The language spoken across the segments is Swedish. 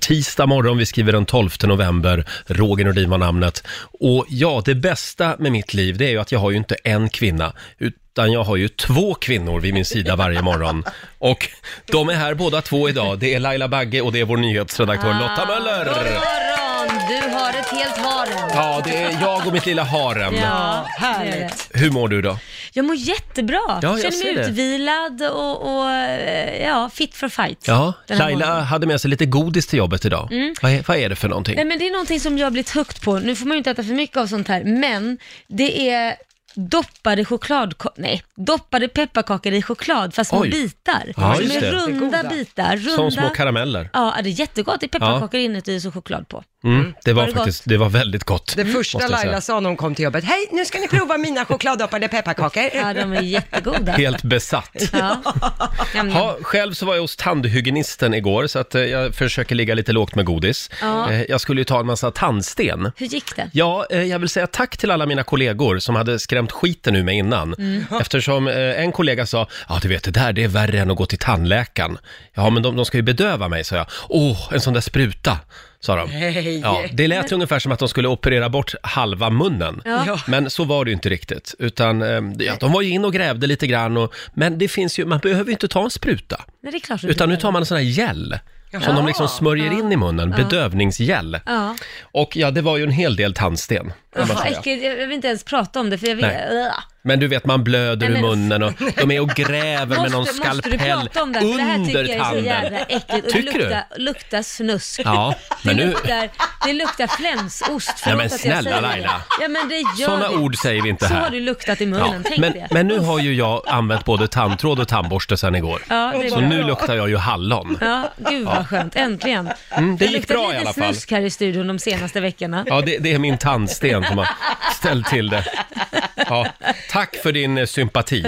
tisdag morgon, vi skriver den 12 november. Roger Nordin var namnet. Och ja, det bästa med mitt liv, det är ju att jag har ju inte en kvinna, utan jag har ju 2 kvinnor vid min sida varje morgon. Och de är här båda 2 idag. Det är Laila Bagge och det är vår nyhetsredaktör Lotta Möller. God morgon, du har ett helt harem. Ja, det är jag och mitt lilla harem. Ja, härligt. Hur mår du då? Jag mår jättebra. Ja, jag känner mig utvilad och fit for fight. Ja, Laila hade med sig lite godis till jobbet idag. Vad är det för någonting? Nej, men det är någonting som jag har blivit högt på. Nu får man ju inte äta för mycket av sånt här, men det är doppade pepparkakor i choklad fast små bitar. Ja, just det. Runda bitar. Som små karameller. Ja, det är jättegott. Det är pepparkakor inuti och choklad på. Det var väldigt gott. Det första Laila sa när hon kom till jobbet: hej, nu ska ni prova mina chokladdoppade pepparkakor. Ja, de är jättegoda. Helt besatt. Ja. Själv så var jag hos tandhygienisten igår, så att jag försöker ligga lite lågt med godis. Ja. Jag skulle ju ta en massa tandsten. Hur gick det? Ja, jag vill säga tack till alla mina kollegor som hade skrämt skiten ur mig innan. Eftersom en kollega sa, ja du vet, det är värre än att gå till tandläkaren. Ja, men de ska ju bedöva mig, sa jag. En sån där spruta, sa de. Ja, det lät ungefär som att de skulle operera bort halva munnen. Ja. Men så var det ju inte riktigt. Utan de var ju in och grävde lite grann. Men det finns ju, man behöver ju inte ta en spruta. Nej, det är klart utan nu tar man en sån här gel. Som de liksom smörjer in i munnen, bedövningsgel. Ja. Och ja, det var ju en hel del tandsten. Äckligt, jag vill inte ens prata om det för jag vet. Men du vet, man blöder ur munnen och de är och gräver med någon skalpell under tanden. Det här tycker jag är så jävla äckligt. Och tycker det luktar snusk. Ja, men det luktar flänsost. Ja, men snälla Laila. Ja, men det gör såna det. ord säger vi inte så här. Så har du luktat i munnen, tänk det. Men nu har ju jag använt både tandtråd och tandborste sedan igår. Ja, så nu luktar jag ju hallon. Ja, gud vad skönt, äntligen. Det gick bra i alla fall. Det snusk här i studion de senaste veckorna. Ja, det är min tandsten som har ställt till det. Ja, tack för din sympati.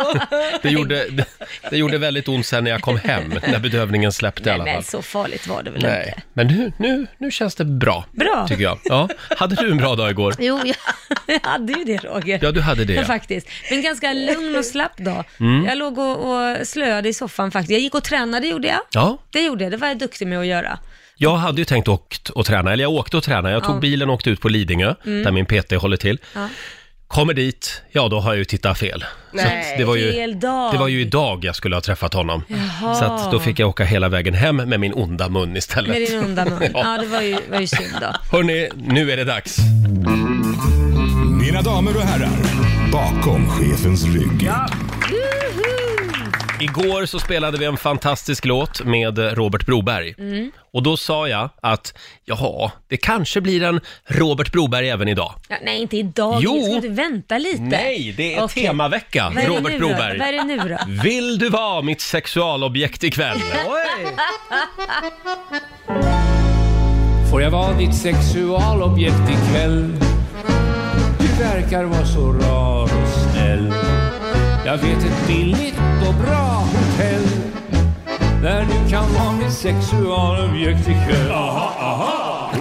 Det gjorde väldigt ont sen när jag kom hem, när bedövningen släppte i alla fall. Men så farligt var det väl inte. Men nu känns det bra, tycker jag. Ja. Hade du en bra dag igår? Jo, jag hade ju det, Roger. Ja, du hade det. Ja. Faktiskt. Men ganska lugn och slapp dag. Jag låg och slöade i soffan faktiskt. Jag gick och tränade, gjorde jag. Ja. Det gjorde jag, det var jag duktig med att göra. Jag hade ju tänkt åka och träna, eller jag åkte och tränade. Jag tog bilen och åkte ut på Lidingö, där min PT håller till. Ja. Kommer dit, då har jag ju tittat fel. Nej, så det var ju idag jag skulle ha träffat honom. Jaha. Så att då fick jag åka hela vägen hem med min onda mun istället. Med din onda mun. Ja, det var ju synd då. Hörrni, nu är det dags. Mina damer och herrar, bakom chefens rygg. Ja. Igår så spelade vi en fantastisk låt med Robert Broberg. Och då sa jag att, det kanske blir en Robert Broberg även idag. Ja, nej, inte idag. Jo. Vi ska inte vänta lite. Nej, det är temavecka, Robert Broberg. Vad är det nu då? Vill du vara mitt sexualobjekt ikväll? Får jag vara ditt sexualobjekt ikväll? Du verkar vara så rar och snäll. Jag vet ett billigt och bra hotell där du kan vara mitt sexualobjekt ikväll. Aha.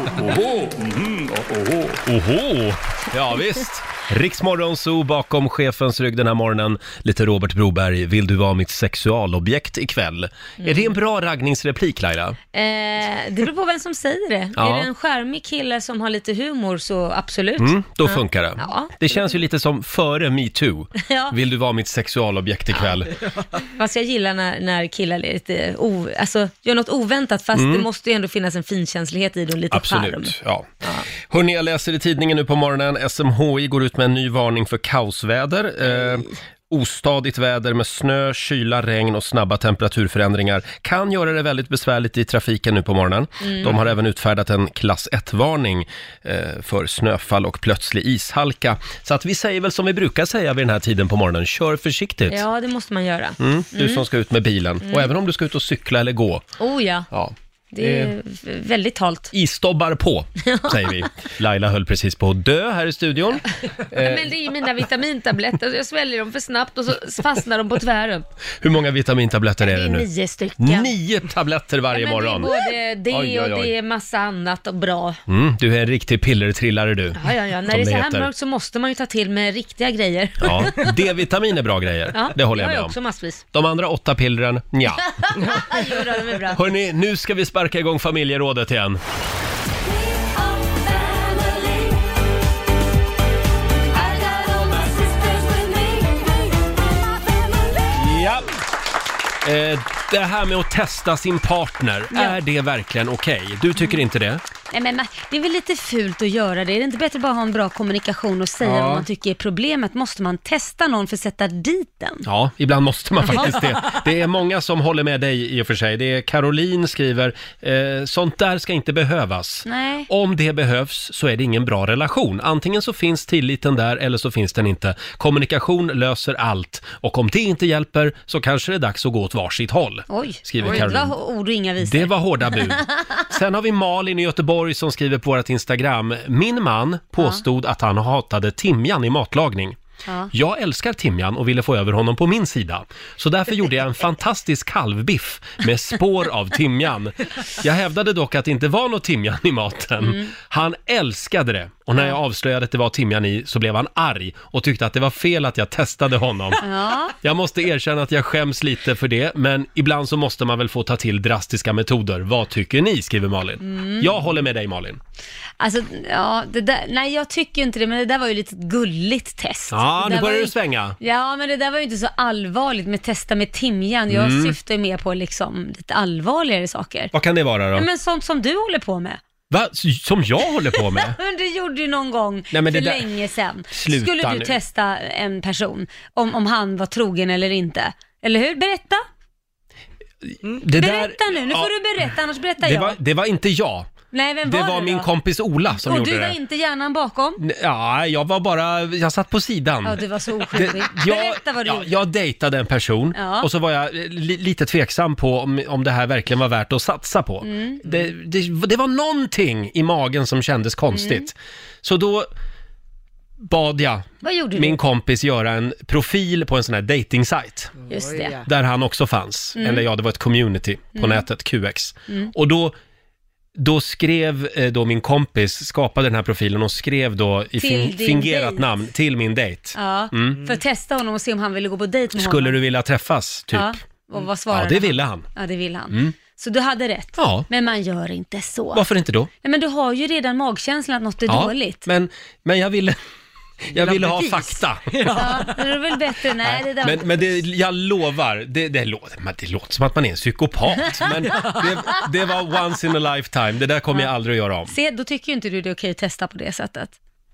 Oho. Ja, visst. Riksmorgon Zoo bakom chefens rygg den här morgonen. Lite Robert Broberg, vill du vara mitt sexualobjekt ikväll? Är det en bra raggningsreplik, Laila? Det beror på vem som säger det. Ja. Är det en charmig kille som har lite humor så absolut. Då funkar det. Ja. Det känns ju lite som före MeToo. Ja. Vill du vara mitt sexualobjekt ikväll? Fast jag gillar när killar är lite gör något oväntat, fast det måste ju ändå finnas en finkänslighet i det och lite absolut, charm. Ja. Hörrni, jag läser i tidningen nu på morgonen. SMHI går ut med en ny varning för kaosväder. Ostadigt väder med snö, kyla, regn och snabba temperaturförändringar kan göra det väldigt besvärligt i trafiken nu på morgonen. De har även utfärdat en klass 1-varning för snöfall och plötslig ishalka. Så att vi säger väl som vi brukar säga vid den här tiden på morgonen, kör försiktigt. Ja, det måste man göra. Du som ska ut med bilen. Och även om du ska ut och cykla eller gå. Oh ja. Det är väldigt halt. Isstobbar på, säger vi. Laila höll precis på att dö här i studion. Men det är ju mina vitamintabletter. Jag sväljer dem för snabbt och så fastnar de på tvären. Hur många vitamintabletter är det nu? 9 stycken. 9 tabletter varje morgon. Det är både det och det är massa annat och bra. Du är en riktig pillertrillare du. Ja. När det är så här mörkt så måste man ju ta till med riktiga grejer. Ja, D-vitamin är bra grejer. Ja, det håller jag med har om. Också massvis. De andra 8 pillren, ja. Jo, de är bra. Hörrni, nu ska vi sparka igång familjerådet igen. Ja. Det här med att testa sin partner, är det verkligen okej? Du tycker inte det? Nej, men det är väl lite fult att göra det. Är det inte bättre bara ha en bra kommunikation och säga vad man tycker är problemet? Måste man testa någon för att sätta dit den? Ja, ibland måste man faktiskt det. Det är många som håller med dig i och för sig. Det är Caroline skriver, sånt där ska inte behövas. Nej. Om det behövs så är det ingen bra relation. Antingen så finns tilliten där eller så finns den inte. Kommunikation löser allt. Och om det inte hjälper så kanske det är dags att gå åt varsitt håll. Oj, skriver det Caroline. var ord och inga visor. Det var hårda bud. Sen har vi Malin i Göteborg som skriver på vårt Instagram. Min man påstod att han hatade timjan i matlagning. Ja. Jag älskar timjan och ville få över honom på min sida. Så därför gjorde jag en fantastisk kalvbiff med spår av timjan. Jag hävdade dock att det inte var något timjan i maten. Han älskade det. Och när jag avslöjade att det var timjan i så blev han arg och tyckte att det var fel att jag testade honom. Ja. Jag måste erkänna att jag skäms lite för det, men ibland så måste man väl få ta till drastiska metoder. Vad tycker ni, skriver Malin. Jag håller med dig, Malin. Alltså, ja, nej jag tycker inte det, men det där var ju lite gulligt test. Ja, nu börjar du svänga. Ja, men det där var ju inte så allvarligt med testa med timjan. Jag syftar ju mer på liksom lite allvarligare saker. Vad kan det vara då? Ja, men sånt som du håller på med. Va? Som jag håller på med? Men du gjorde ju någon gång Nej, men för det där... länge sedan. Sluta Skulle du nu. testa en person om han var trogen eller inte? Eller hur? Berätta. Berätta nu får du berätta, annars berättar jag. Det var inte jag. Nej, vem Det var var det min då? kompis Ola som Och gjorde du det. var inte hjärnan bakom? Ja, jag satt på sidan. Ja, du var så oskyldig. Berätta vad du gjorde. Jag dejtade en person och så var jag lite tveksam på om det här verkligen var värt att satsa på. Det var någonting i magen som kändes konstigt. Så då bad jag min kompis göra en profil på en sån här dating-sajt. Just det. Där han också fanns. Eller ja, det var ett community på nätet, QX. Och då skrev då min kompis, skapade den här profilen och skrev då i fingerat namn till min dejt. Ja, för att testa honom och se om han ville gå på dejt med honom. Skulle du vilja träffas, typ? Ja, och vad svarade det ville han. Ja, det ville han. Så du hade rätt. Ja. Men man gör inte så. Varför inte då? Nej, men du har ju redan magkänslan att något är dåligt. Men jag ville ha fakta. Ja, det är väl bättre. Nej, det där... Men jag lovar, det låter som att man är en psykopat. Men det var once in a lifetime. Det där kommer jag aldrig att göra om. Se, då tycker ju inte du det är okej att testa på det sättet.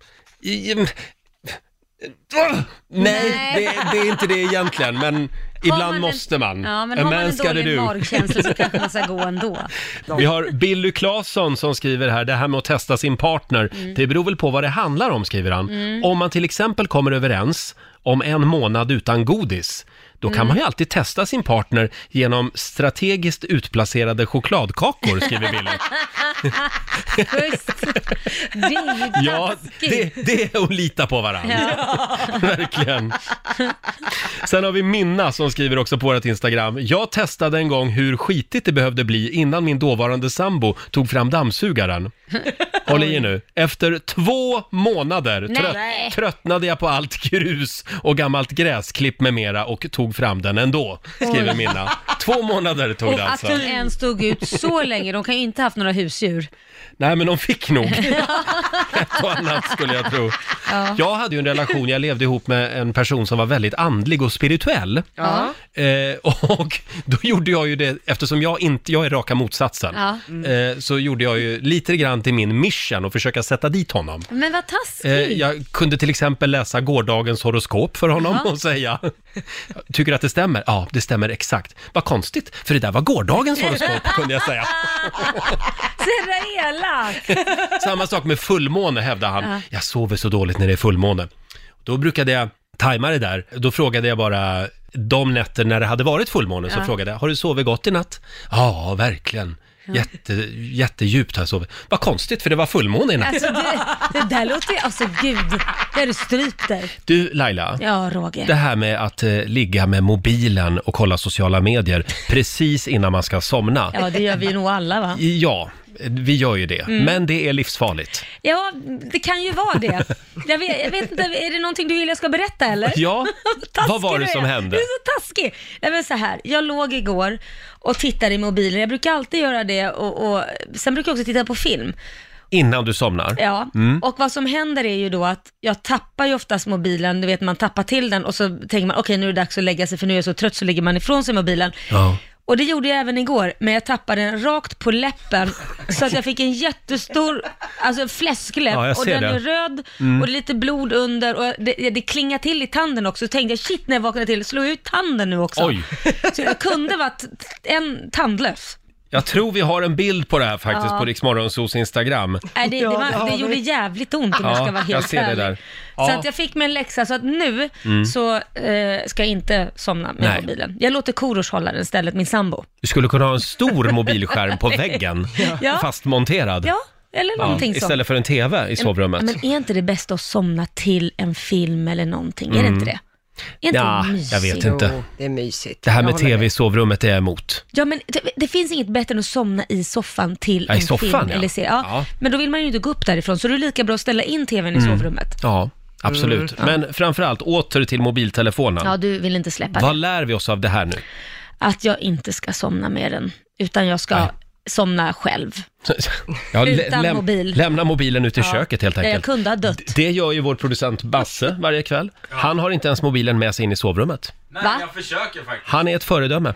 Nej, det är inte det egentligen, men ibland måste man. Ja, men har man en dålig magkänsla så kanske man ska gå ändå. Vi har Billy Claesson som skriver här, det här med att testa sin partner, det beror väl på vad det handlar om, skriver han. Om man till exempel kommer överens om en månad utan godis, då kan man ju alltid testa sin partner genom strategiskt utplacerade chokladkakor, skriver Billy. Just. Det är ju ja, det är att lita på varandra. Ja. Verkligen. Sen har vi Minna som skriver också på vårt Instagram. Jag testade en gång hur skitigt det behövde bli innan min dåvarande sambo tog fram dammsugaren. Håll i nu. Efter 2 månader tröttnade jag på allt grus och gammalt gräsklipp med mera och tog fram den ändå, skriver Minna. 2 månader tog det alltså. Att hon ens stod ut så länge, de kan ju inte haft några husdjur. Nej, men de fick nog ett och annat, skulle jag tro. Ja. Jag hade ju en relation, jag levde ihop med en person som var väldigt andlig och spirituell. Ja. Och då gjorde jag ju det, eftersom jag är raka motsatsen, så gjorde jag ju lite grann till min mission och försöka sätta dit honom. Men vad taskigt. Jag kunde till exempel läsa gårdagens horoskop för honom och säga, tycker att det stämmer? Ja, det stämmer exakt. Vad konstigt, för det där var gårdagens horoskop, kunde jag säga. Samma sak med fullmåne, hävdade han. Jag sover så dåligt när det är fullmåne. Då brukade jag tajma det där. Då frågade jag bara de nätter när det hade varit fullmåne, så frågade jag, har du sovit gott i natt? Ja, verkligen. Jättedjupt har jag sovit. Vad konstigt, för det var fullmåne i natt. Alltså det där låter ju, alltså gud, där du strypter. Du Laila, ja, Roger. Det här med att ligga med mobilen och kolla sociala medier precis innan man ska somna. Ja, det gör vi nog alla, va? Ja, vi gör ju det. Men det är livsfarligt. Ja, det kan ju vara det. Jag vet inte, är det någonting du vill jag ska berätta eller? Ja, vad var det som hände? Du är så taskig. Jag vill så här, jag låg igår och tittade i mobilen. Jag brukar alltid göra det och sen brukar jag också titta på film. Innan du somnar? Ja, och vad som händer är ju då att jag tappar ju oftast mobilen, du vet man tappar till den och så tänker man okej, nu är det dags att lägga sig för nu är jag så trött, så lägger man ifrån sig mobilen. Ja. Och det gjorde jag även igår, men jag tappade den rakt på läppen så att jag fick en jättestor fläskläpp, Ja, och den är röd och det är lite blod under och det klingar till i tanden också. Så tänkte jag, shit, när jag vaknade till, slår jag ut tanden nu också. Oj. Så jag kunde varit en tandlös. Jag tror vi har en bild på det här faktiskt på Rix Morgonzos Instagram. Nej, det gjorde jävligt ont om jag ska vara helt jag ser det där. Ja. Så att jag fick mig en läxa, så att nu så ska jag inte somna med mobilen. Jag låter Korosh hålla den istället, min sambo. Du skulle kunna ha en stor mobilskärm på väggen, fastmonterad. Ja, eller någonting sånt. Istället för en TV i sovrummet. Men är inte det bästa att somna till en film eller någonting? Är det inte det? Är inte det mysigt? Jag vet inte. Jo, det är mysigt. Det här med TV i sovrummet är jag emot. Ja, men det finns inget bättre än att somna i soffan till en film eller serie. Ja. Men då vill man ju inte gå upp därifrån, så det är lika bra att ställa in TVn i sovrummet. Ja, absolut. Men framförallt åter till mobiltelefonen. Ja, du vill inte släppa Vad det. lär vi oss av det här nu? Att jag inte ska somna med den, utan jag ska somna själv. Utan mobil. Lämna mobilen ut i köket helt enkelt. Jag kunde ha dött. Det gör ju vår producent Basse varje kväll. Han har inte ens mobilen med sig in i sovrummet. Nej, jag försöker faktiskt. Han är ett föredöme.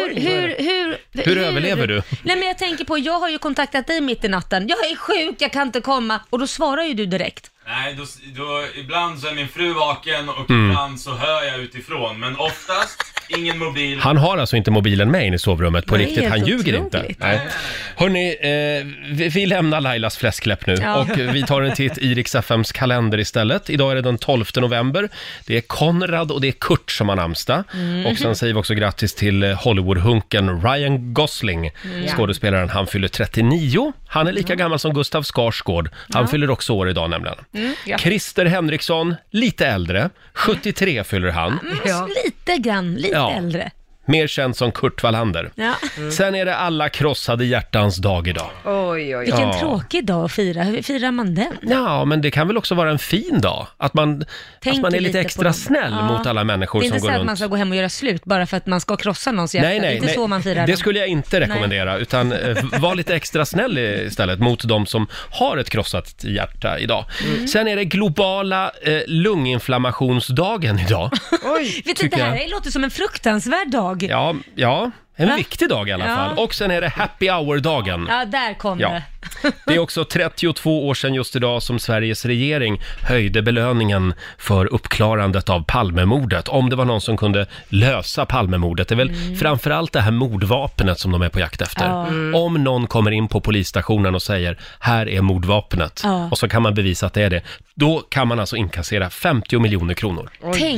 Hur överlever du? Nej, men jag tänker på, jag har ju kontaktat dig mitt i natten. Jag är sjuk, jag kan inte komma. Och då svarar ju du direkt. Nej, då ibland så är min fru vaken och ibland så hör jag utifrån. Men oftast ingen mobil. Han har alltså inte mobilen med in i sovrummet på riktigt. Han ljuger inte. Nej. Hörrni, vi lämnar Lailas fläskläpp nu och vi tar en titt i Rix FMs kalender istället. Idag är det den 12 november. Det är Konrad och det är Kurt som har namnsdag. Och sen säger vi också grattis till Hollywood-hunken Ryan Gosling. Skådespelaren, han fyller 39. Han är lika gammal som Gustav Skarsgård. Han fyller också år idag nämligen. Christer Henriksson, lite äldre. 73 fyller han. Lite grann, lite äldre. Mer känd som Kurt Wallander. Sen är det alla krossade hjärtans dag idag. Oj. Vilken tråkig dag att fira. Hur firar man den? Ja, men det kan väl också vara en fin dag. Att man är lite extra snäll mot alla människor som går runt. Det är inte så att man ska gå hem och göra slut bara för att man ska krossa någons hjärta. Nej, inte så man firar. Det skulle jag inte rekommendera. Utan var lite extra snäll istället mot de som har ett krossat hjärta idag. Sen är det globala lunginflammationsdagen idag. Oj, vet du, det här låter som en fruktansvärd dag. Ja. En viktig dag i alla fall. Och sen är det happy hour-dagen. Ja, där kom det. Det är också 32 år sedan just idag som Sveriges regering höjde belöningen för uppklarandet av Palmemordet. Om det var någon som kunde lösa Palmemordet. Det är väl framförallt det här mordvapnet som de är på jakt efter. Om någon kommer in på polisstationen och säger, här är mordvapnet. Och så kan man bevisa att det är det. Då kan man alltså inkassera 50 miljoner kronor.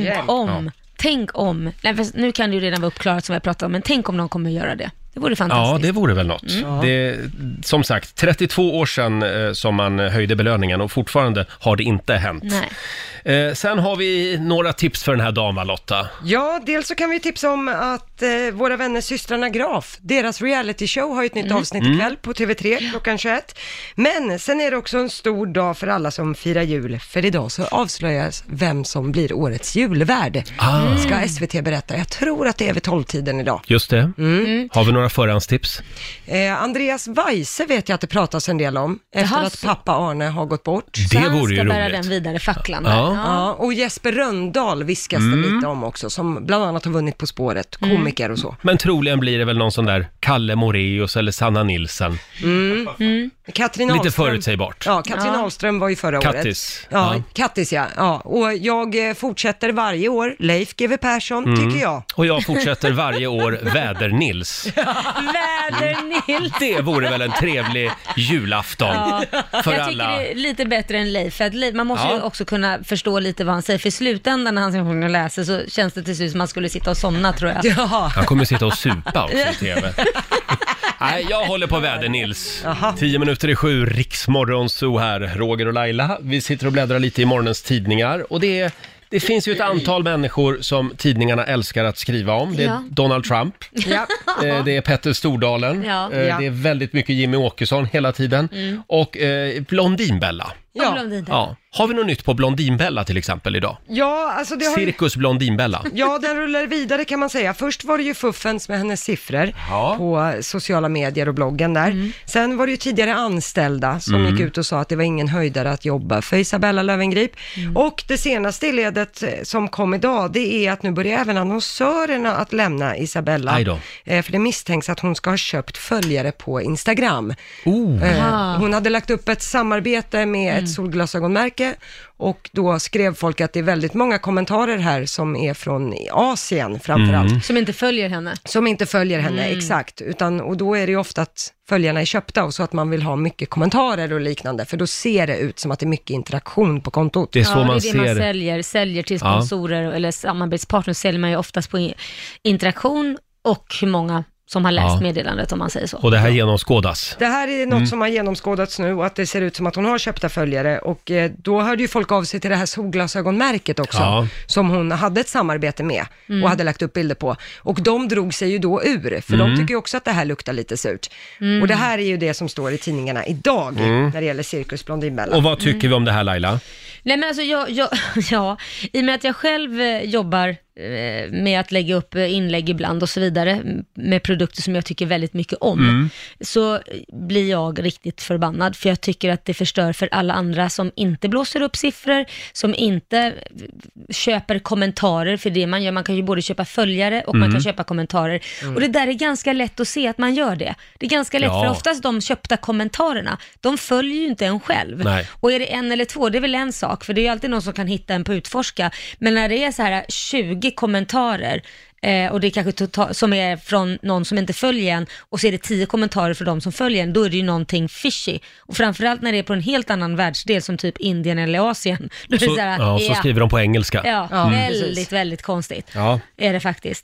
Tänk om, nu kan det ju redan vara uppklarat som jag pratade om, men tänk om någon kommer att göra det. Det vore fantastiskt. Ja, det vore väl något. Det, som sagt, 32 år sedan som man höjde belöningen och fortfarande har det inte hänt. Sen har vi några tips för den här dagen, Lotta. Ja, dels så kan vi tipsa om att våra vänner systrarna Graf, deras reality show har ju ett nytt avsnitt ikväll på TV3 klockan 21. Men sen är det också en stor dag för alla som firar jul, för idag så avslöjas vem som blir årets julvärd. Ska SVT berätta. Jag tror att det är vid 12-tiden idag. Just det. Har vi några förhandstips? Andreas Weise vet jag att det pratas en del om efter att pappa Arne har gått bort. Det vore ju roligt. Bära den vidare facklan. Ja, och Jesper Röndahl viskas det lite om också, som bland annat har vunnit På spåret, komiker och så. Men troligen blir det väl någon sån där Kalle Moreus eller Sanna Nilsson. Katrin lite Ahlström, förutsägbart. Ja, Katrin Ahlström var ju förra Kattis. året. Kattis, ja. Och jag fortsätter varje år Leif GW Persson, tycker jag. Och jag fortsätter varje år Väder-Nils. Väder-Nils. Det vore väl en trevlig julafton för jag alla. tycker det är lite bättre än Leif, för att man måste ju också kunna förstå lite vad han säger, för i slutändan när han och läser så känns det till slut som man skulle sitta och somna, tror jag. Han kommer sitta och supa också i TV. Nej, jag håller på Väder-Nils. 6:10, Rix Morgonzoo här, Roger och Laila. Vi sitter och bläddrar lite i morgonens tidningar och det är Det finns ju ett antal människor som tidningarna älskar att skriva om. Det är Donald Trump, det är Petter Stordalen, det är väldigt mycket Jimmy Åkesson hela tiden och Blondinbella. Ja. Har vi något nytt på Blondinbella till exempel idag? Ja, alltså det har... Cirkus Blondinbella. Ja, den rullar vidare kan man säga. Först var det ju fuffens med hennes siffror på sociala medier och bloggen där. Sen var det ju tidigare anställda som gick ut och sa att det var ingen höjdare att jobba för Isabella Löwengrip. Och det senaste i ledet som kom idag, det är att nu börjar även annonsörerna att lämna Isabella. För det misstänks att hon ska ha köpt följare på Instagram. Hon hade lagt upp ett samarbete med ett solglasögonmärke och då skrev folk att det är väldigt många kommentarer här som är från Asien framförallt. Som inte följer henne. Som inte följer henne, exakt. Och då är det ju ofta att följarna är köpta och så att man vill ha mycket kommentarer och liknande. För då ser det ut som att det är mycket interaktion på kontot. Det är så man det är det man säljer till sponsorer eller samarbetspartners säljer man ju oftast på interaktion och hur många som har läst meddelandet om man säger så. Och det här genomskådas. Det här är något som har genomskådats nu och att det ser ut som att hon har köpta följare och då hörde ju folk av sig till det här solglasögonmärket också som hon hade ett samarbete med och hade lagt upp bilder på och de drog sig ju då ur för de tycker ju också att det här luktar lite surt. Och det här är ju det som står i tidningarna idag när det gäller Cirkus Blondinbella. Och vad tycker vi om det här, Laila? Nej men alltså i och med att jag själv jobbar med att lägga upp inlägg ibland och så vidare med produkter som jag tycker väldigt mycket om så blir jag riktigt förbannad för jag tycker att det förstör för alla andra som inte blåser upp siffror, som inte köper kommentarer för det man gör. Man kan ju både köpa följare och man kan köpa kommentarer och det där är ganska lätt att se att man gör det. Det är ganska lätt för oftast de köpta kommentarerna, de följer ju inte en själv. Och är det en eller två, det är väl en sak för det är ju alltid någon som kan hitta en på utforska, men när det är så här 20 kommentarer och det är kanske som är från någon som inte följer en och så är det 10 kommentarer för de som följer en, då är det ju någonting fishy. Och framförallt när det är på en helt annan världsdel som typ Indien eller Asien. Då är det så här, så skriver de på engelska. Väldigt, väldigt konstigt är det faktiskt.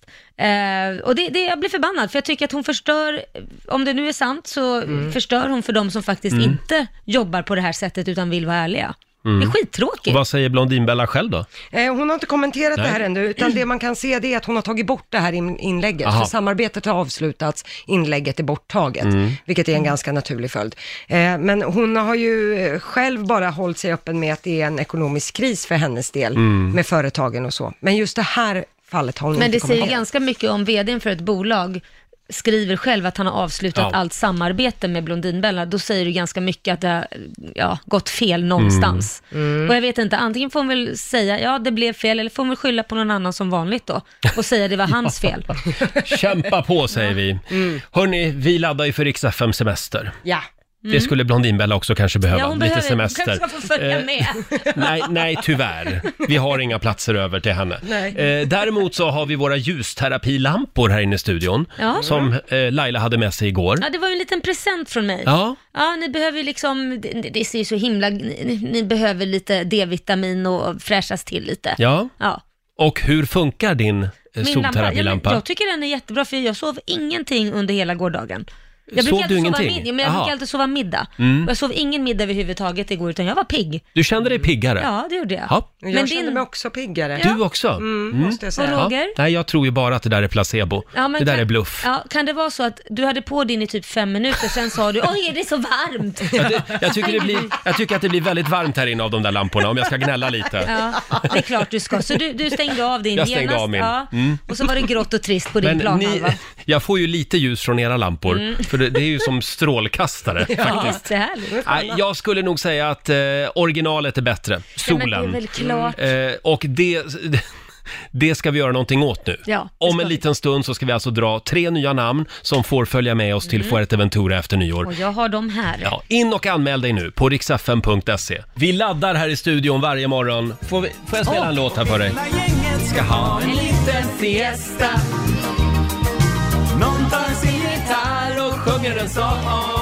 Och jag blir förbannad för jag tycker att hon förstör, om det nu är sant så förstör hon för de som faktiskt inte jobbar på det här sättet utan vill vara ärliga. Det är skittråkigt. Och vad säger Blondinbella själv då? Hon har inte kommenterat det här ännu, utan det man kan se det är att hon har tagit bort det här inlägget. För samarbetet har avslutats, inlägget är borttaget, vilket är en ganska naturlig följd. Men hon har ju själv bara hållit sig öppen med att det är en ekonomisk kris för hennes del med företagen och så. Men just det här fallet har hon inte kommenterat. Men det säger ganska mycket om vdn för ett bolag skriver själv att han har avslutat allt samarbete med Blondinbella, då säger du ganska mycket att det har gått fel någonstans. Och jag vet inte, antingen får hon väl säga det blev fel, eller får hon väl skylla på någon annan som vanligt då och säga det var hans fel. Kämpa på säger vi. Hörrni, vi laddar ju för Rix FM semester. Ja. Det skulle Blondinbella också kanske behöva, lite semester. Hon kanske ska få följa med. Nej, tyvärr. Vi har inga platser över till henne. Däremot så har vi våra ljusterapilampor här inne i studion som Laila hade med sig igår. Ja, det var ju en liten present från mig. Ja, ni behöver ju liksom, det ser ju så himla, ni behöver lite D-vitamin och fräschas till lite. Ja. Och hur funkar din solterapilampa? Jag tycker den är jättebra för jag sov ingenting under hela gårdagen. Sov du ingenting? Men jag brukar alltid sova middag. Och jag sov ingen middag överhuvudtaget igår utan jag var pigg. Du kände dig piggare? Ja, det gjorde jag. Ja. Jag kände mig också piggare. Du också? Måste jag säga. Och Roger? Nej, jag tror ju bara att det där är placebo. Det där är bluff. Kan det vara så att du hade på din i typ 5 minuter, sen sa du, oj, är det så varmt? Jag tycker att det blir väldigt varmt här inne av de där lamporna, om jag ska gnälla lite. Ja, det är klart du ska. Så du stängde av din genast. Jag stängde av min. Ja. Och så var det grått och trist på din planhalva. Jag får ju lite ljus från era lampor, för det är ju som strålkastare faktiskt. Det är härligt. Nej, jag skulle nog säga att originalet är bättre. Solen. Men det är väl klart. Och det ska vi göra någonting åt nu. Om en liten stund så ska vi alltså dra 3 nya namn som får följa med oss till Fuerteventura efter nyår. Och jag har dem här. Ja, in och anmäl dig nu på riksfm.se. Vi laddar här i studion varje morgon. Får jag spela en låt här för dig? Ska ha en liten fiesta. Någon tar sin gitarr och sjunger en sång.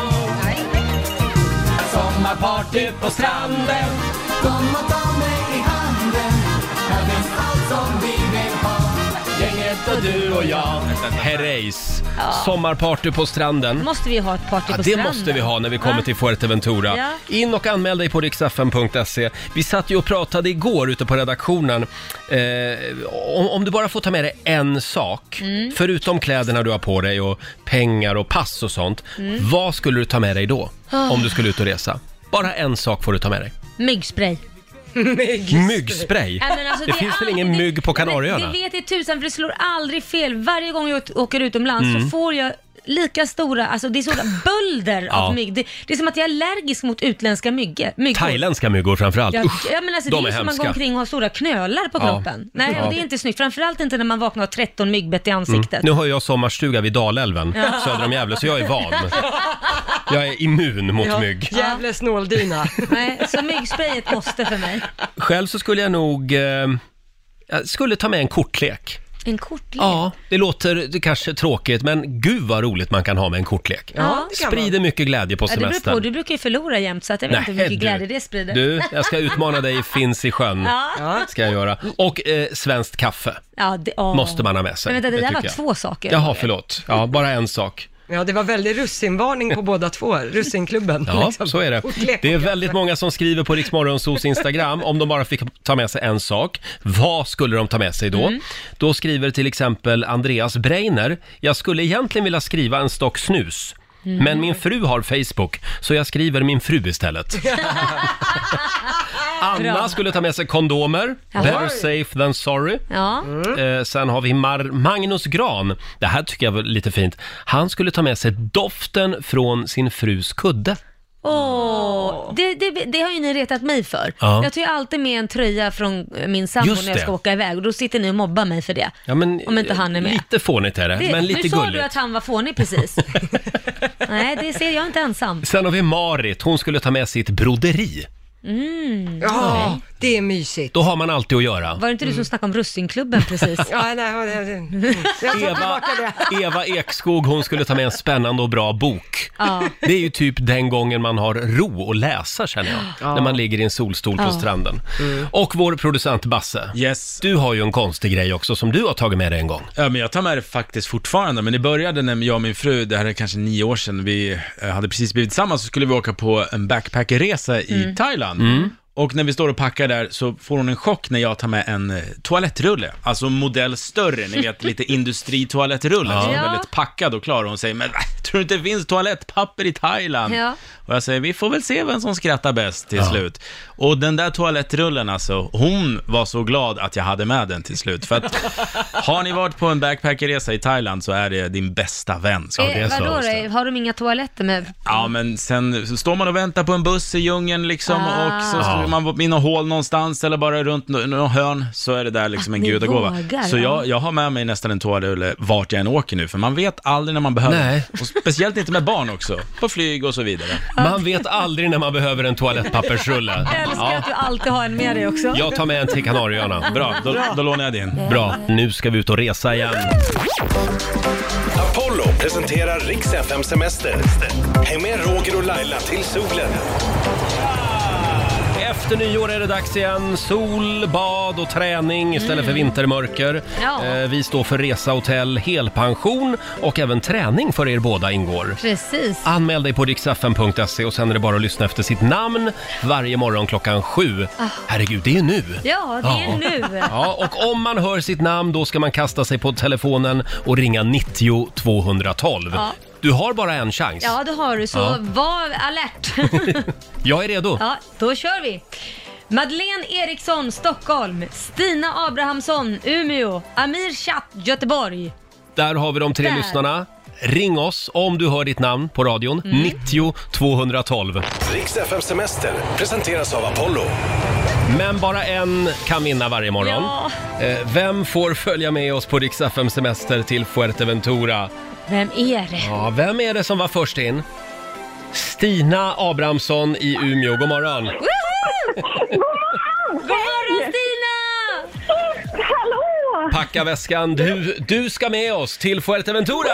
Sommarparty på stranden. Kom och ta mig i handen. Här finns allt som vi vill ha. Gänget havet och du och jag. Herreys, sommarparty på stranden. Måste vi ha ett party på Det stranden? måste vi ha när vi kommer till Fuerteventura. Ja. In och anmäl dig på riksfm.se. Vi satt ju och pratade igår ute på redaktionen. Om du bara får ta med dig en sak, förutom kläderna du har på dig och pengar och pass och sånt. Vad skulle du ta med dig då? Om du skulle ut och resa? Bara en sak får du ta med dig. Myggspray. Myggspray? Ja, men alltså, det finns väl ingen mygg på Kanarieöarna? Det vet jag tusan, för det slår aldrig fel. Varje gång jag åker utomlands så får jag lika stora, alltså det är sådana bölder av mygg. Det är som att jag är allergisk mot utländska myggor. Thailändska myggor framförallt. Usch, men alltså, de det är är som man går hemska. omkring och har stora knölar på kroppen. Nej, och det är inte snyggt. Framförallt inte när man vaknar och har 13 myggbett i ansiktet. Nu har jag sommarstuga vid Dalälven, söder om Gävle, så jag är van. Jag är immun mot mygg. Jävla snåldyna. Nej, så myggsprayet måste för mig. Själv så skulle jag nog... jag skulle ta med en kortlek. En kortlek? Ja, det kanske tråkigt, men gud vad roligt man kan ha med en kortlek. Ja, det kan Sprider mycket glädje på Ja, det beror semestern. på. Du brukar ju förlora jämt, så att jag vet inte hur mycket glädje det sprider. Du, jag ska utmana dig i Finns i sjön. Ska jag göra. Och svenskt kaffe måste man ha med sig. Men vänta, det där var tycker jag. 2 saker. Jaha, förlåt. Ja, bara en sak. Ja, det var väldigt russinvarning på båda två. Russinklubben. Ja, liksom. så är det. Kortlek Det är och väldigt kaffe. många som skriver på Rix Morgonzos Instagram om de bara fick ta med sig en sak. Vad skulle de ta med sig då? Då skriver till exempel Andreas Breiner: jag skulle egentligen vilja skriva en stock snus. Men min fru har Facebook, så jag skriver min fru istället. Anna skulle ta med sig kondomer. Better safe than sorry. Ja. Sen har vi Magnus Gran. Det här tycker jag var lite fint. Han skulle ta med sig doften från sin frus kudde. Det har ju ni retat mig för. Ja. Jag tar ju alltid med en tröja från min sambo Just när jag ska det. åka iväg, och då sitter ni och mobbar mig för det. Ja, men, om inte han är med. Lite fånigt är det, men lite nu sa gulligt. du att han var fånig precis. Nej, det ser jag inte ensam. Sen har vi Marit. Hon skulle ta med sitt broderi. Ja, det är mysigt. Då har man alltid att göra. Var det inte du som snackade om russinklubben precis? Ja, nej, jag tar tillbaka det. Eva Ekskog, hon skulle ta med en spännande och bra bok. Det är ju typ den gången man har ro och läsa, känner jag. När man ligger i en solstol på stranden. Och vår producent Basse. Yes. Du har ju en konstig grej också som du har tagit med dig en gång. Ja, men jag tar med det faktiskt fortfarande. Men det började när jag och min fru, det här är kanske 9 år sedan, vi hade precis blivit tillsammans, så skulle vi åka på en backpackerresa i Thailand. Och när vi står och packar där så får hon en chock när jag tar med en toalettrulle. Alltså modell större, ni vet, lite industritoalettrulle. Som är väldigt packad och klar. Och hon säger, men tror du inte det finns toalettpapper i Thailand? Ja. Och jag säger, vi får väl se vem som skrattar bäst till slut. Och den där toalettrullen, alltså, hon var så glad att jag hade med den till slut. För att har ni varit på en backpackerresa i Thailand så är det din bästa vän. Så det är så. Vadå då? Har de inga toaletter med? Ja, men sen så står man och väntar på en buss i djungeln liksom, och så står man i någon hål någonstans eller bara runt någon hörn, så är det där liksom en gudagåva. Så jag har med mig nästan en toalettrulle vart jag än åker nu, för man vet aldrig när man behöver. Nej. Och speciellt inte med barn också, på flyg och så vidare. Man vet aldrig när man behöver en toalettpappersrulle. Jag älskar att du alltid har en med dig också. Jag tar med en till Kanarieöarna. Bra, då lånar jag din. Bra, nu ska vi ut och resa igen. Apollo presenterar Rix FM Semester. Häng med Roger och Laila till solen. Efter nyår är det dags igen. Sol, bad och träning istället för vintermörker. Ja. Vi står för resa, hotell, helpension och även träning för er båda ingår. Precis. Anmäl dig på riksfm.se och sen är det bara att lyssna efter sitt namn varje morgon 7:00. Herregud, det är nu. Ja, det är nu. Ja, och om man hör sitt namn då ska man kasta sig på telefonen och ringa 90 212. Ja. Du har bara en chans. Ja, det har du, så var alert. Jag är redo. Ja, då kör vi. Madeleine Eriksson, Stockholm. Stina Abrahamsson, Umeå. Amir Chatt, Göteborg. Där har vi de 3 Där. lyssnarna. Ring oss om du hör ditt namn på radion. 90 212. Rix FM Semester presenteras av Apollo. Men bara en kan vinna varje morgon. Ja. Vem får följa med oss på Rix FM Semester till Fuerteventura? Vem är det? Ja, vem är det som var först in? Stina Abrahamsson i Umeå. God morgon. God morgon, Stina! Hallå! Packa väskan. Du ska med oss till Fuerteventura.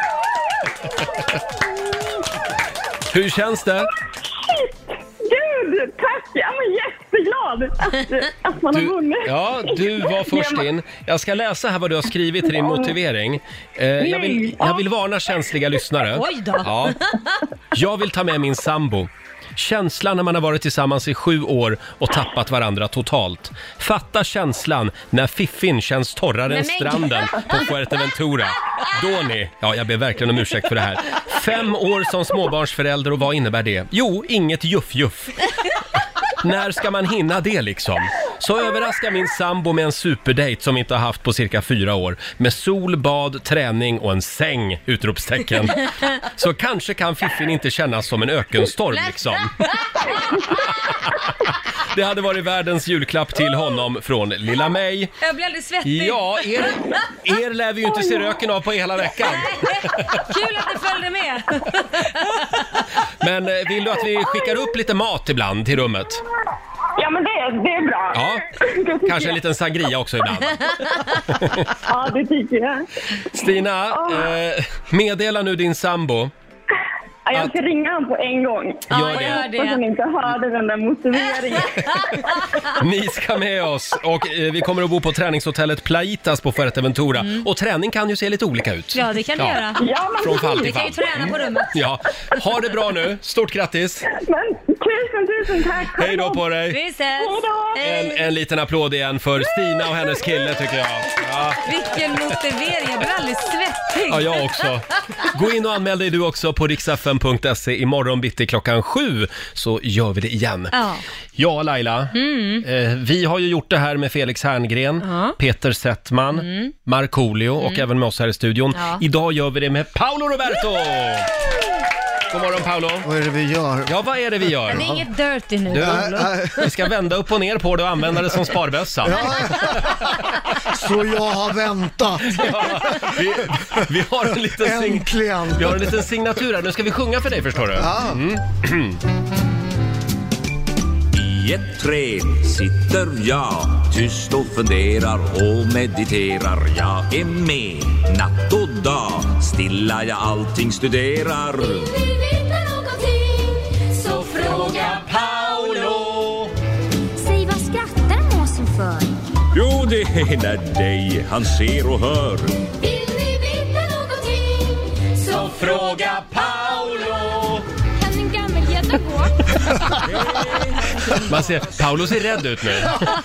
Hur känns det? Gud, tack! Jag var jätteglad att man har vunnit. Ja, du var först in. Jag ska läsa här vad du har skrivit i din motivering. Jag vill varna känsliga lyssnare. Oj då. Ja. Jag vill ta med min sambo. Känslan när man har varit tillsammans i 7 år och tappat varandra totalt. Fatta känslan när fiffin känns torrare än stranden på Fuerteventura. Då ni, ja jag ber verkligen om ursäkt för det här. 5 år som småbarnsförälder och vad innebär det? Jo, inget juff. När ska man hinna det liksom? Så överraskar min sambo med en superdate som vi inte har haft på cirka 4 år. Med sol, bad, träning och en säng, utropstecken. Så kanske kan fiffin inte kännas som en ökenstorm liksom. Det hade varit världens julklapp till honom från lilla mig. Jag blir alldeles svettig. Ja, er lär vi ju inte se röken av på hela veckan. Kul att du följde med. Men vill du att vi skickar upp lite mat ibland till rummet? Ja, men det är bra. Ja, kanske en liten sangria också ibland. Ja, det tycker jag. Stina, meddela nu din sambo. Jag ska ringa honom på en gång. Gör det. Jag hoppas han inte hörde den där motiveringen. Ni ska med oss och vi kommer att bo på träningshotellet Plaitas på Fuerteventura. Och träning kan ju se lite olika ut. Ja, det kan det göra. Ja, men från fall till Vi kan fall. ju träna på rummet. Ja, ha det bra nu. Stort grattis. Men tusen tack. Hej då på dig. Vi ses. En liten applåd igen för Stina och hennes kille tycker jag. Ja. Vilken motivering. Jag blir alldeles svettig. Ja, jag också. Gå in och anmäl dig du också på riksfm.se imorgon bitti 7:00 så gör vi det igen. Ja, Laila. Vi har ju gjort det här med Felix Herngren, Peter Settman, Markoolio och även med oss här i studion. Idag gör vi det med Paolo Roberto. God morgon Paolo. Vad är det vi gör? Ja, vad är det vi gör? Det är inget dirty nu. Vi ska vända upp och ner på det och använda det som sparbössa. Så jag har väntat. Vi har en liten Äntligen. Vi har en liten signatur här. Nu ska vi sjunga för dig, förstår du. I ett träd sitter jag tyst och funderar och mediterar. Jag är med natt och dag, stilla jag allting studerar. Vill ni veta någonting så fråga Paolo. Säg, vad skrattar måsen för? Jo, det är när dig han ser och hör. Vill ni veta någonting så fråga Paolo. Kan en gammelgädda gå? Man ser, Paolo ser rädd ut nu.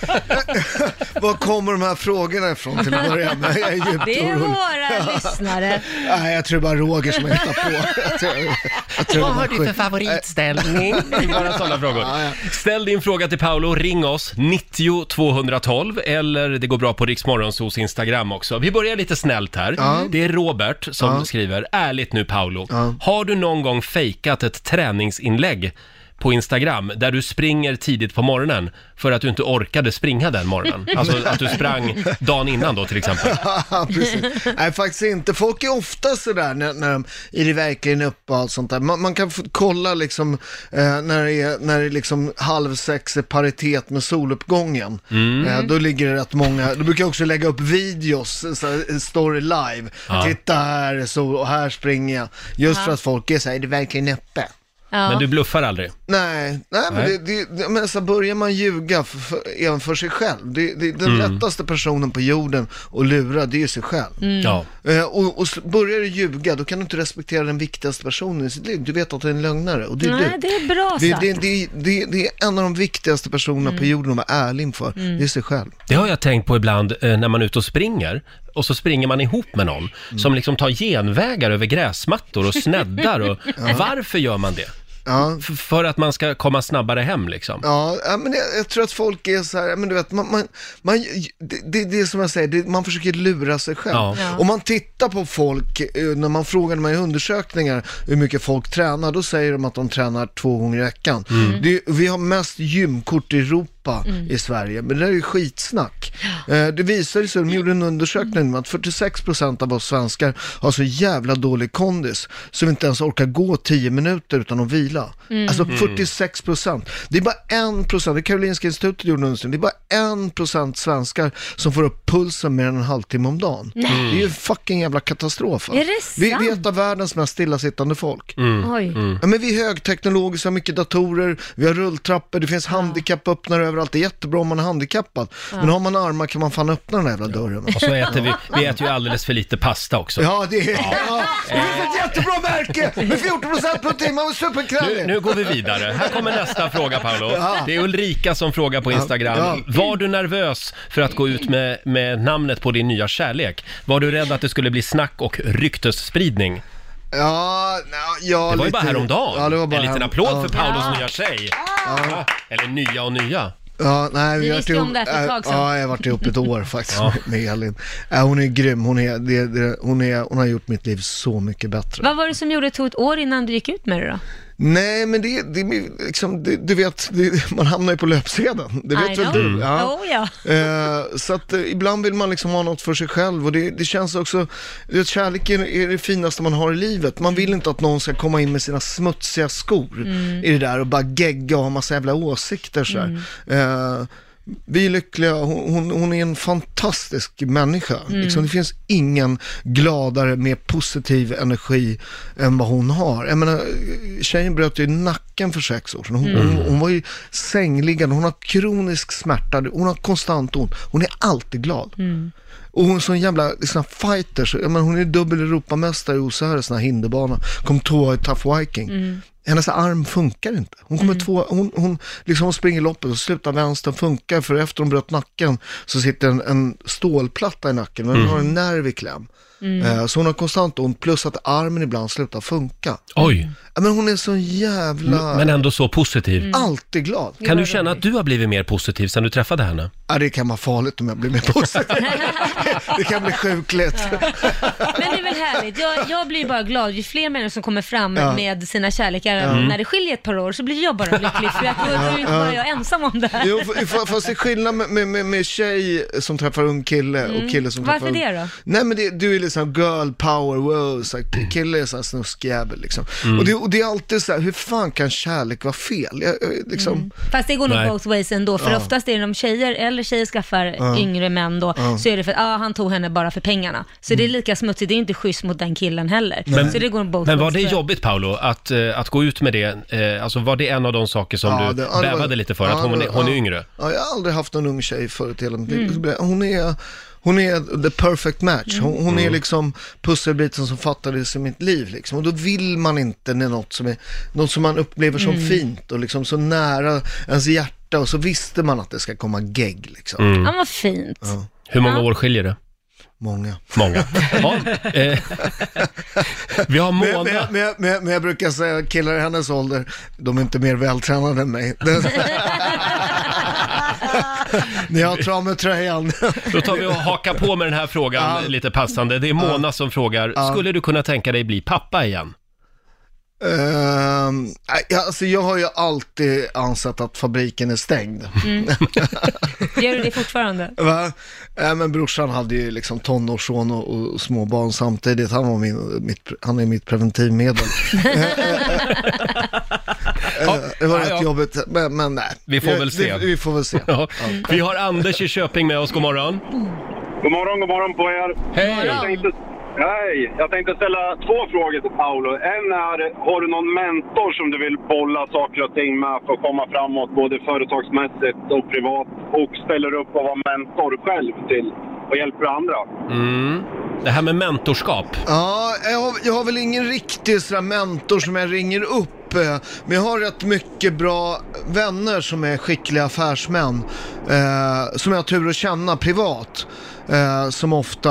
Var kommer de här frågorna ifrån till att börja med? Jag är djupt Det är orolig. våra lyssnare. Nej, jag tror bara Roger som hittar på. Jag tror Vad har du för favoritställning? Bara sådana frågor. Ställ din fråga till Paolo, ring oss 90 212 eller det går bra på Riksmorgonsos Instagram också. Vi börjar lite snällt här. Det är Robert som skriver, ärligt nu Paolo, har du någon gång fejkat ett träningsinlägg på Instagram där du springer tidigt på morgonen för att du inte orkade springa den morgonen? Alltså att du sprang dagen innan då till exempel. Ja, precis. Nej, faktiskt inte. Folk är ofta sådär när de är det verkligen uppe och allt sånt där. Man kan kolla liksom när det är liksom 5:30 är paritet med soluppgången. Då ligger det rätt många. Då brukar jag också lägga upp videos, story live. Titta här så och här springer jag. Just för att folk är så här, är det verkligen uppe? Men du bluffar aldrig? Nej. Men så börjar man ljuga även för sig själv. Den lättaste personen på jorden att lura, det är ju sig själv. Och börjar du ljuga, då kan du inte respektera den viktigaste personen i sitt liv. Du vet att det är en lögnare, och det är Nej, du. det är bra sagt. Det är en av de viktigaste personerna på jorden att vara ärlig inför. Det är sig själv. Det har jag tänkt på ibland när man är ute och springer. Och så springer man ihop med någon som liksom tar genvägar över gräsmattor och sneddar. Och varför gör man det? För att man ska komma snabbare hem liksom. Ja, men jag tror att folk är så här, men du vet, det är som jag säger, man försöker lura sig själv. Om man tittar på folk, när man frågar de här undersökningar hur mycket folk tränar, då säger de att de tränar 2 gånger i veckan. Vi har mest gymkort i Europa i Sverige, men det är ju skitsnack. Det visar sig, de gjorde en undersökning att 46% av oss svenskar har så jävla dålig kondis så vi inte ens orkar gå 10 minuter utan att vila. Alltså 46%. Det är bara 1%, det Karolinska institutet gjorde en undersökning, det är 1% svenskar som får upp pulsen mer än en halvtimme om dagen. Det är ju fucking jävla katastrof. Är det sant? Vi är ett av världens mest stillasittande folk. Oj. Ja, men vi är högteknologiska, mycket datorer, vi har rulltrappor, det finns handikappöppnare överallt. Det är jättebra om man är handikappad. Men har man armar kan man fan öppna den här jävla dörren. Och så äter vi äter ju alldeles för lite pasta också. Ja, det är det finns ett jättebra märke med 14% protein, man var superkrallig. Nu går vi vidare. Här kommer nästa fråga, Paolo. Det är Ulrika som frågar på Instagram. Var du nervös för att gå ut med namnet på din nya kärlek? Var du rädd att det skulle bli snack och ryktesspridning? Ja, det var ju lite, bara häromdagen. Ja, det var bara en liten applåd för Paulos nya tjej. Eller nya. Ja, nej, Vi visste ju om det här för ett tag sedan. Ja, jag har varit ihop ett år faktiskt med Elin. Hon är grym, hon har gjort mitt liv så mycket bättre. Vad var det som gjorde det tog ett år innan du gick ut med det då? Nej, men det liksom, du vet, man hamnar ju på löpsedeln. Det vet väl du? Ja. Så att ibland vill man liksom ha något för sig själv. Och det känns också, kärleken är det finaste man har i livet. Man vill inte att någon ska komma in med sina smutsiga skor i det där och bara gegga och ha massa jävla åsikter så här. Vi är lyckliga, hon är en fantastisk människa. Liksom, det finns ingen gladare, mer positiv energi än vad hon har. Jag menar, tjejen bröt ju nacken för 6 år sedan. Hon var ju sängliggande, hon har kronisk smärta, hon har konstant ont. Hon är alltid glad. Och hon är sån jävla fighter. Jag menar, hon är dubbel Europamästare i OSR, sån här hinderbana. Kom 2 i Tough Viking. Hennes arm funkar inte. Hon kommer hon liksom springer loppet och slutar vänster funkar, för efter hon bröt nacken så sitter en stålplatta i nacken, men hon har en nerv i kläm. Så hon har konstant ont, plus att armen ibland slutar funka. Oj. Men hon är så jävla... Men ändå så positiv. Alltid glad. Kan du känna att du har blivit mer positiv sen du träffade henne? Ja, det kan vara farligt om jag blir mer positiv. Det kan bli sjukligt. Men det är väl härligt. Jag blir bara glad. Ju fler människor som kommer fram med sina kärlekar när det skiljer ett par år, så blir jag bara lycklig. För att då är inte bara jag ensam om det här. Jo, fast det är skillnad med tjej som träffar ung kille och kille som träffar Varför det då? Nej, men du är liksom girl power, wow, så kille är så här snuskjävel liksom. Och det är alltid så här, hur fan kan kärlek vara fel? Liksom... Fast det går nog both ways ändå, för oftast är det om tjejer skaffar yngre män då, så är det för att han tog henne bara för pengarna. Så det är lika smutsigt, det är inte schysst mot den killen heller. Så det går both men var ways. det jobbigt, Paolo, att gå ut med det? Alltså var det en av de saker som du bävade lite för, att hon är yngre? Ja, jag har aldrig haft någon ung tjej förut. Hon är the perfect match. Hon är liksom pusselbiten som fattades i mitt liv liksom. Och då vill man inte när något som man upplever som fint och liksom så nära ens hjärta, och så visste man att det ska komma gegg liksom. Ja, vad fint. Ja. Hur många år skiljer det? Många. Ja, vi har Mona. Men jag brukar säga, killar i hennes ålder, de är inte mer vältränade än mig. Ni har traumatröjan. Då tar vi och hakar på med den här frågan lite passande. Det är Mona som frågar, skulle du kunna tänka dig bli pappa igen? Alltså jag har ju alltid ansett att fabriken är stängd. Gör du det fortfarande? Va? Men brorsan hade ju liksom tonårsson och småbarn samtidigt. Han är mitt preventivmedel. Det var rätt jobbigt, men nej. Vi får väl se. Vi får väl se. Vi har Anders i Köping med oss, god morgon. God morgon på er. Hej! Hej, jag tänkte ställa 2 frågor till Paolo. En är, har du någon mentor som du vill bolla saker och ting med för att komma framåt, både företagsmässigt och privat, och ställer upp och vara mentor själv till och hjälper andra? Det här med mentorskap. Ja, jag har väl ingen riktig sån mentor som jag ringer upp, men jag har rätt mycket bra vänner som är skickliga affärsmän, som jag har tur att känna privat. Som ofta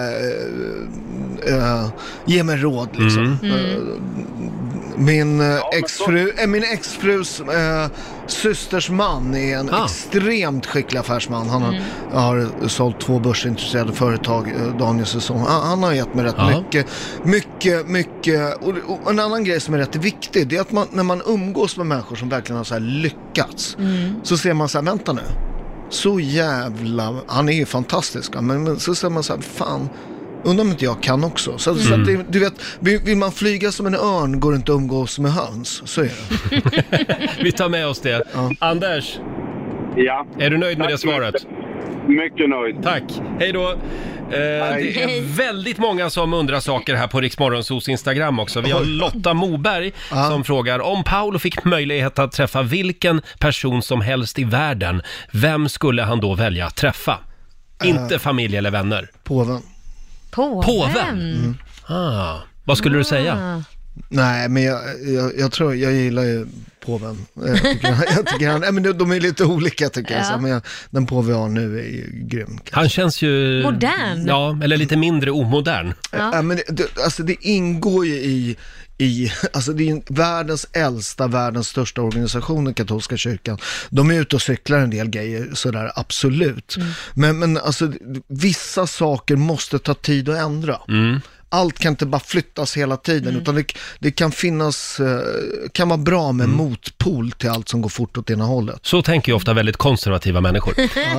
ger mig råd liksom. Min exfrus systers man är en extremt skicklig affärsman. Han har sålt 2 börsintresserade företag, Danielsson. Han har gett mig rätt mycket. Och en annan grej som är rätt viktig, det är att när man umgås med människor som verkligen har så här lyckats, så ser man så här, vänta nu, så jävla, han är ju fantastisk, men så säger man så här, fan, undrar om inte jag kan också. Så att du vet, vill man flyga som en örn går det inte att umgås med höns. Så är det. Vi tar med oss det. Anders? Ja. Är du nöjd med det Tack så svaret? Mycket nöjd. Tack. Hej då. Det är väldigt många som undrar saker här på Rix Morgonzos Instagram också. Vi har Lotta Moberg som frågar om Paolo fick möjlighet att träffa vilken person som helst i världen. Vem skulle han då välja att träffa? Inte familj eller vänner. Påven. Påven? Vad skulle du säga? Nej, men jag tror, jag gillar ju påven. Jag tycker han, men de är lite olika tycker jag. Så, men den påve vi har nu är ju grym. Han känns ju... modern. Ja, eller lite mindre omodern. Ja. Men det ingår ju alltså det är världens största organisation, den katolska kyrkan. De är ute och cyklar en del grejer sådär, absolut. Men alltså vissa saker måste ta tid att ändra. Allt kan inte bara flyttas hela tiden, utan det kan finnas, kan vara bra med motpol till allt som går fort åt ena hållet. Så tänker ju ofta väldigt konservativa människor.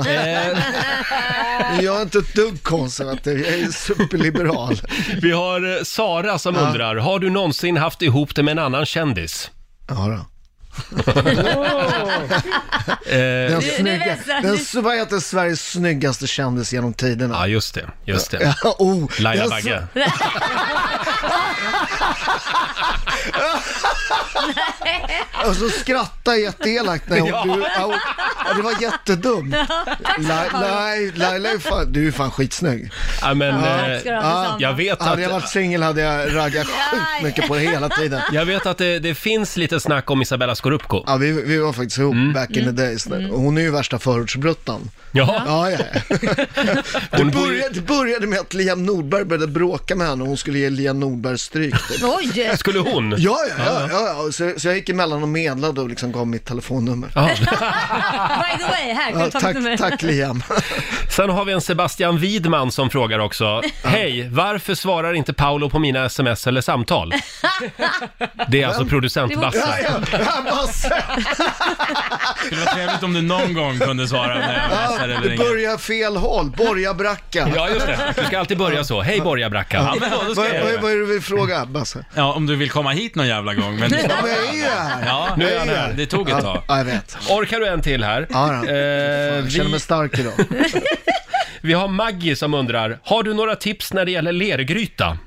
Jag är inte ett dugg konservativ, jag är superliberal. Vi har Sara som undrar, har du någonsin haft ihop det med en annan kändis? Ja då. Vad heter Sveriges snyggaste kändis genom tiderna? Ja, just det. Laila Bagge. Och så skrattade jätteelakt när det var jättedumt. Laila är fan, du är fan skitsnygg. Ja, men jag vet att... Hade jag varit singel hade jag raggat sjukt mycket på det hela tiden. Jag vet att det finns lite snack om Isabella Scorupco. Ja, vi var faktiskt ihop back in the days. Hon är ju värsta förortsbruttan. Ja. Det började med att Liam Nordberg började bråka med henne och hon skulle ge Liam Nordberg stryk. Oj! Skulle hon? Ja. Så jag gick emellan och medlade och liksom gav mitt telefonnummer. By the way, här kan ta mitt nummer. Tack Liam. Sen har vi en Sebastian Widman som frågar också. Hej, varför svarar inte Paolo på mina sms eller samtal? Det är alltså producent Basse. Basse. Det skulle vara trevligt om du någon gång kunde svara när jag läser eller ringer. Börja fel håll, Borgabracka. Ja, just det. Du ska alltid börja så. Hej Borgabracka. Ja, vad är det du vill fråga, Basse? Ja, om du vill komma hit någon jävla gång. Men... Ja, nu är han här. Det tog ett tag. Ja, jag vet. Orkar du en till här? Ja, jag känner mig stark idag. Vi har Maggie som undrar, har du några tips när det gäller lergryta?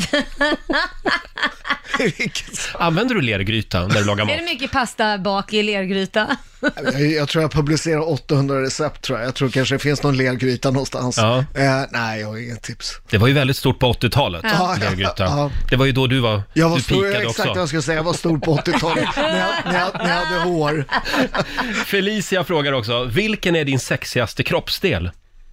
Använder du lergryta när du lagar mat? Är det mycket pasta bak i lergryta? Jag tror jag publicerar 800 recept tror jag. Jag tror kanske det finns någon lergryta någonstans. Ja. Nej, jag har inget tips. Det var ju väldigt stort på 80-talet, lergryta. Ja. Det var ju då du pikade också. Exakt vad jag skulle säga, jag var stor på 80-talet när jag hade hår. Felicia frågar också, vilken är din sexigaste kroppsdel?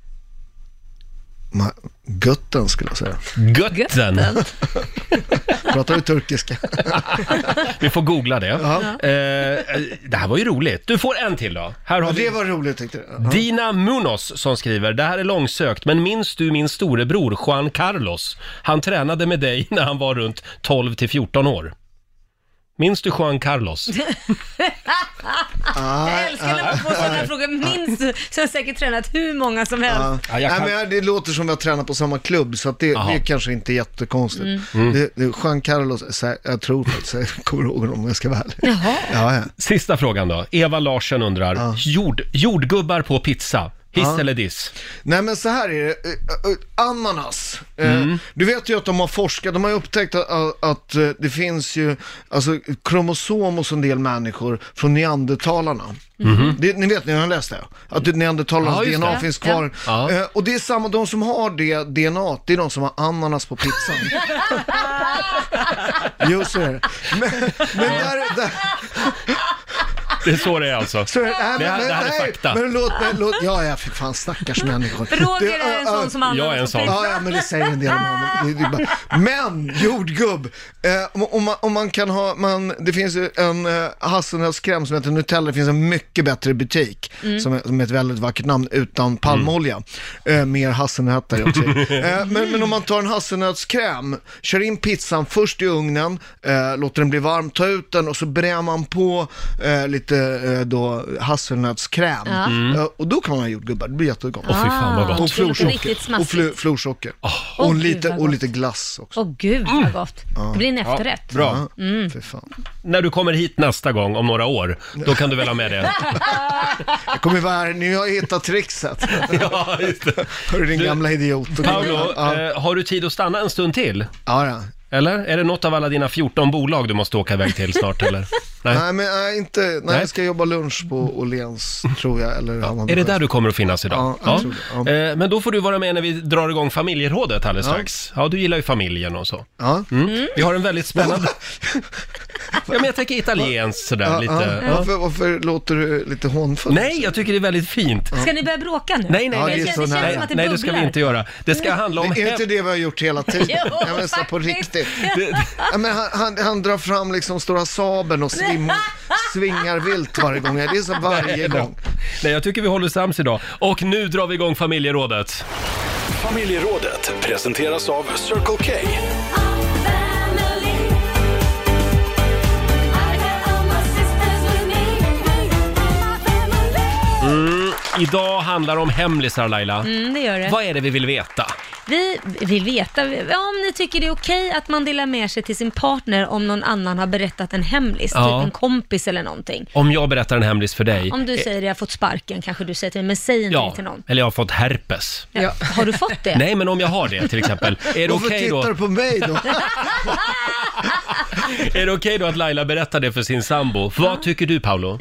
Götten skulle jag säga. Götten? Pratar du turkiska? Vi får googla det. Det här var ju roligt. Du får en till då. Här har det var roligt tyckte jag. Dina Munoz som skriver, det här är långsökt, men minns du min storebror Juan Carlos? Han tränade med dig när han var runt 12-14 år. Minns du Juan Carlos? Jag älskar när man får sådana frågor. Minns du? Så jag har säkert tränat hur många som helst. Men det låter som vi har tränat på samma klubb, så att det är kanske inte jättekonstigt. Juan Carlos, jag tror faktiskt, jag kommer ihåg om jag ska vara ärlig. Ja. Sista frågan då. Eva Larsen undrar, jordgubbar på pizza. Hiss eller diss? Nej, men så här är det. Ananas. Du vet ju att de har forskat, de har upptäckt att det finns ju alltså kromosom hos en del människor från neandertalarna. Ni vet, ni har läst det. Att neandertalarnas DNA finns kvar. Och det är samma, de som har det DNA, det är de som har ananas på pizzan. Just så är det. Men där... Det är så det är alltså. Det här är fakta. Men låt ja, för fan, stackars människor. Roger är en sån som använder. Jag är en sån. Ja, men det säger en del om honom. Men, jordgubb. Om man kan ha, det finns ju en hasselnötskräm som heter Nutella. Det finns en mycket bättre butik som är ett väldigt vackert namn utan palmolja. Mer hasselnötter också. Men om man tar en hasselnötskräm, kör in pizzan först i ugnen, låter den bli varm, ta ut den och så bränner man på lite lite då hasselnötskräm. Och då kan man ha jordgubbar, det blir jättegott. Fy fan vad gott. Och florsocker. Riktigt smaskigt. Och florsocker. Och lite glass också. Gud vad gott. Det blir en efterrätt. Bra. För fan. När du kommer hit nästa gång om några år, då kan du väl ha med det. Jag kommer vara här, nu har jag hittat trixet. Ja, just det. Hörru din gamla idiot. Paolo, har du tid att stanna en stund till? Ja. Eller? Är det något av alla dina 14 bolag du måste åka iväg till snart, eller? Nej, jag ska jobba lunch på Åhléns, tror jag. Eller är det där du kommer att finnas idag? Ja, jag tror det. Ja. Men då får du vara med när vi drar igång familjerådet alldeles strax. Ja, du gillar ju familjen och så. Ja. Vi har en väldigt spännande... men jag tänker italienskt sådär lite. Varför låter du lite hånfull? Nej, jag tycker det är väldigt fint. Ska ni börja bråka nu? Nej, det ska vi inte göra. Det ska handla om... Det är inte det vi har gjort hela tiden. Jag vill säga på riktigt. Men han drar fram liksom stora sabeln och svingar vilt varje gång. Det är så varje gång. Nej, jag tycker vi håller sams idag. Och nu drar vi igång familjerådet. Familjerådet presenteras av Circle K. Idag handlar det om hemlisar, Laila. Det gör det. Vad är det vi vill veta? Vi vill veta om ni tycker det är okej att man delar med sig till sin partner om någon annan har berättat en hemlis, typ en kompis eller någonting. Om jag berättar en hemlis för dig. Om du säger att jag har fått sparken, kanske du säger till mig, men säg inte det till någon. Eller jag har fått herpes. Ja. Har du fått det? Nej, men om jag har det till exempel. Är det okej då? Varför tittar du på mig då? Är det okej då att Laila berättar det för sin sambo? Vad tycker du, Paolo?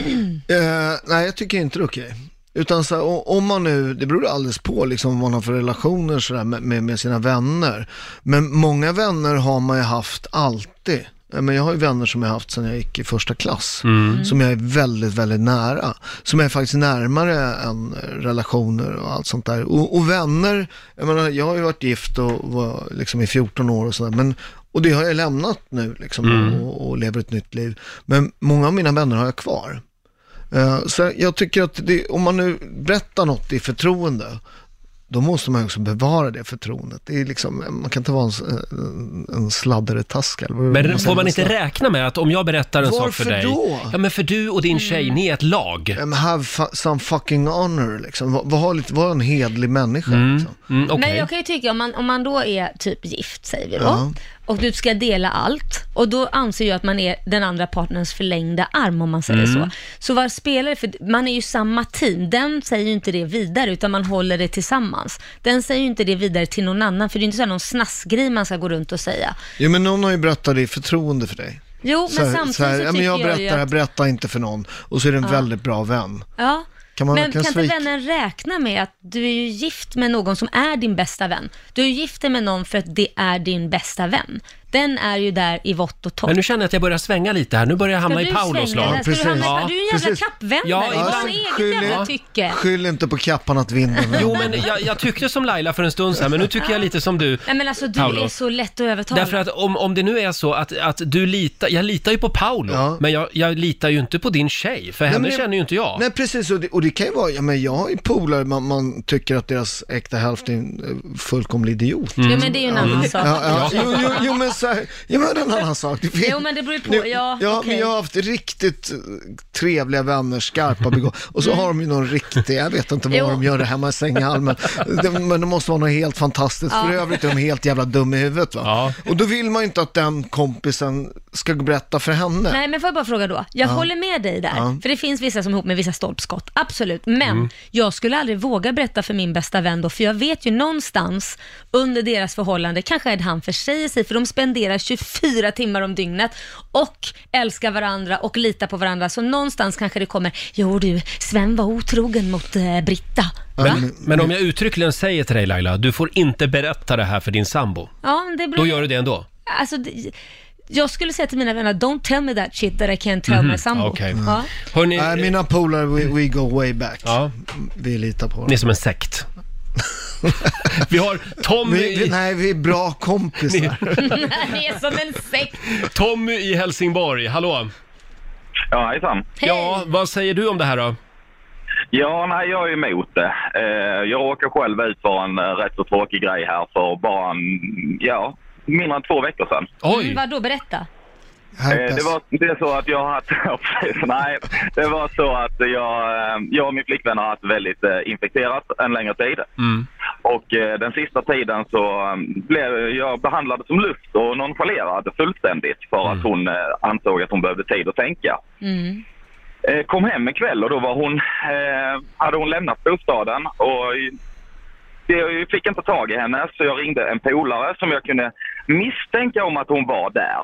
Nej, jag tycker inte det är okej. Utan så här, om man nu, det beror alldeles på liksom vad man har för relationer så där, med sina vänner. Men många vänner har man ju haft alltid. Men jag har ju vänner som jag har haft sedan jag gick i första klass. Som jag är väldigt, väldigt nära. Som är faktiskt närmare än relationer och allt sånt där. Och vänner, jag har ju varit gift och var liksom i 14 år och sådär. Och det har jag lämnat nu liksom, och lever ett nytt liv. Men många av mina vänner har jag kvar. Så jag tycker att om man nu berättar något i förtroende, då måste man också bevara det förtroendet. Det är liksom, man kan inte vara en sladderetask. Men får man inte räkna med att om jag berättar en sak för dig... Varför då? Ja, men för du och din tjej, ni är ett lag. Have some fucking honor, liksom. Var en hedlig människa. Liksom. Okay. Men jag kan ju tycka, om man då är typ gift, säger vi då, och du ska dela allt, och då anser jag att man är den andra partners förlängda arm, om man säger så. Så vad spelar det? För man är ju samma team. Den säger ju inte det vidare, utan man håller det tillsammans. Den säger ju inte det vidare till någon annan, för det är inte så här någon snassgrej man ska gå runt och säga. Jo, men någon har ju berättat det i förtroende för dig. Jo, men samtidigt så tycker jag berättar inte för någon, och så är det en väldigt bra vän. Ja. Men kan inte vännen räkna med att du är ju gift med någon som är din bästa vän? Du är ju gift med någon för att det är din bästa vän. Den är ju där i vått och torrt. Men nu känner jag att jag börjar svänga lite här. Nu börjar jag hamna i Paulos lag. Du är en jävla kappvän. Ja, skyll inte på kappan att vinna. Jo, men jag tyckte som Laila för en stund sedan, men nu tycker jag lite som du. Nej, men alltså du Paolo. Är så lätt att övertala. Därför att om det nu är så att du litar, jag litar ju på Paolo, men jag litar ju inte på din tjej, för henne känner ju inte jag. Nej, precis, och det kan ju vara, men jag har ju polare, man tycker att deras äkta hälft är en fullkomlig idiot. Ja, men det är ju en annan sak. Jo, men så här, en annan sak. Jo, men det beror ju på. Men jag har haft riktigt trevliga vänner, skarpa begåvningar. Och så har de ju någon riktig, jag vet inte vad de gör det hemma i Sänghalmen. Men det måste vara något helt fantastiskt. För övrigt är de helt jävla dum i huvudet, va? Ja. Och då vill man ju inte att den kompisen ska berätta för henne. Nej, men får jag bara fråga då. Jag håller med dig där. För det finns vissa som är ihop med vissa stolpskott. Absolut. Men jag skulle aldrig våga berätta för min bästa vän då. För jag vet ju någonstans under deras förhållande, kanske är han försäger sig, för de spenderar 24 timmar om dygnet och älskar varandra och litar på varandra. Så någonstans kanske det kommer, jo du, Sven var otrogen mot Britta. Men om jag uttryckligen säger till dig, Laila, du får inte berätta det här för din sambo. Ja, det då gör du det ändå. Alltså, jag skulle säga till mina vänner, don't tell me that shit that I can't tell my sambo. Okay. Ja. Hörrni, mina polare, we go way back. Ja. Vi litar på dem. Ni är som en sekt. Vi har Tommy Nej, vi är bra kompisar. Ni är som en sekt. Tommy i Helsingborg, hallå. Ja, hejsan. Ja, vad säger du om det här då? Ja, nej, jag är emot det. Jag råkar själv ut för en rätt så tråkig grej här för bara mindre än 2 veckor sedan. Oj! Vad då, berätta? Det är så att jag har haft... Nej, det var så att jag och min flickvän har haft väldigt infekterat en längre tid. Och den sista tiden så blev jag behandlad som luft och nonchalerad fullständigt för att hon ansåg att hon behövde tid att tänka. Kom hem en kväll och då var hade hon lämnat bostaden och jag fick inte tag i henne, så jag ringde en polare som jag kunde misstänka om att hon var där.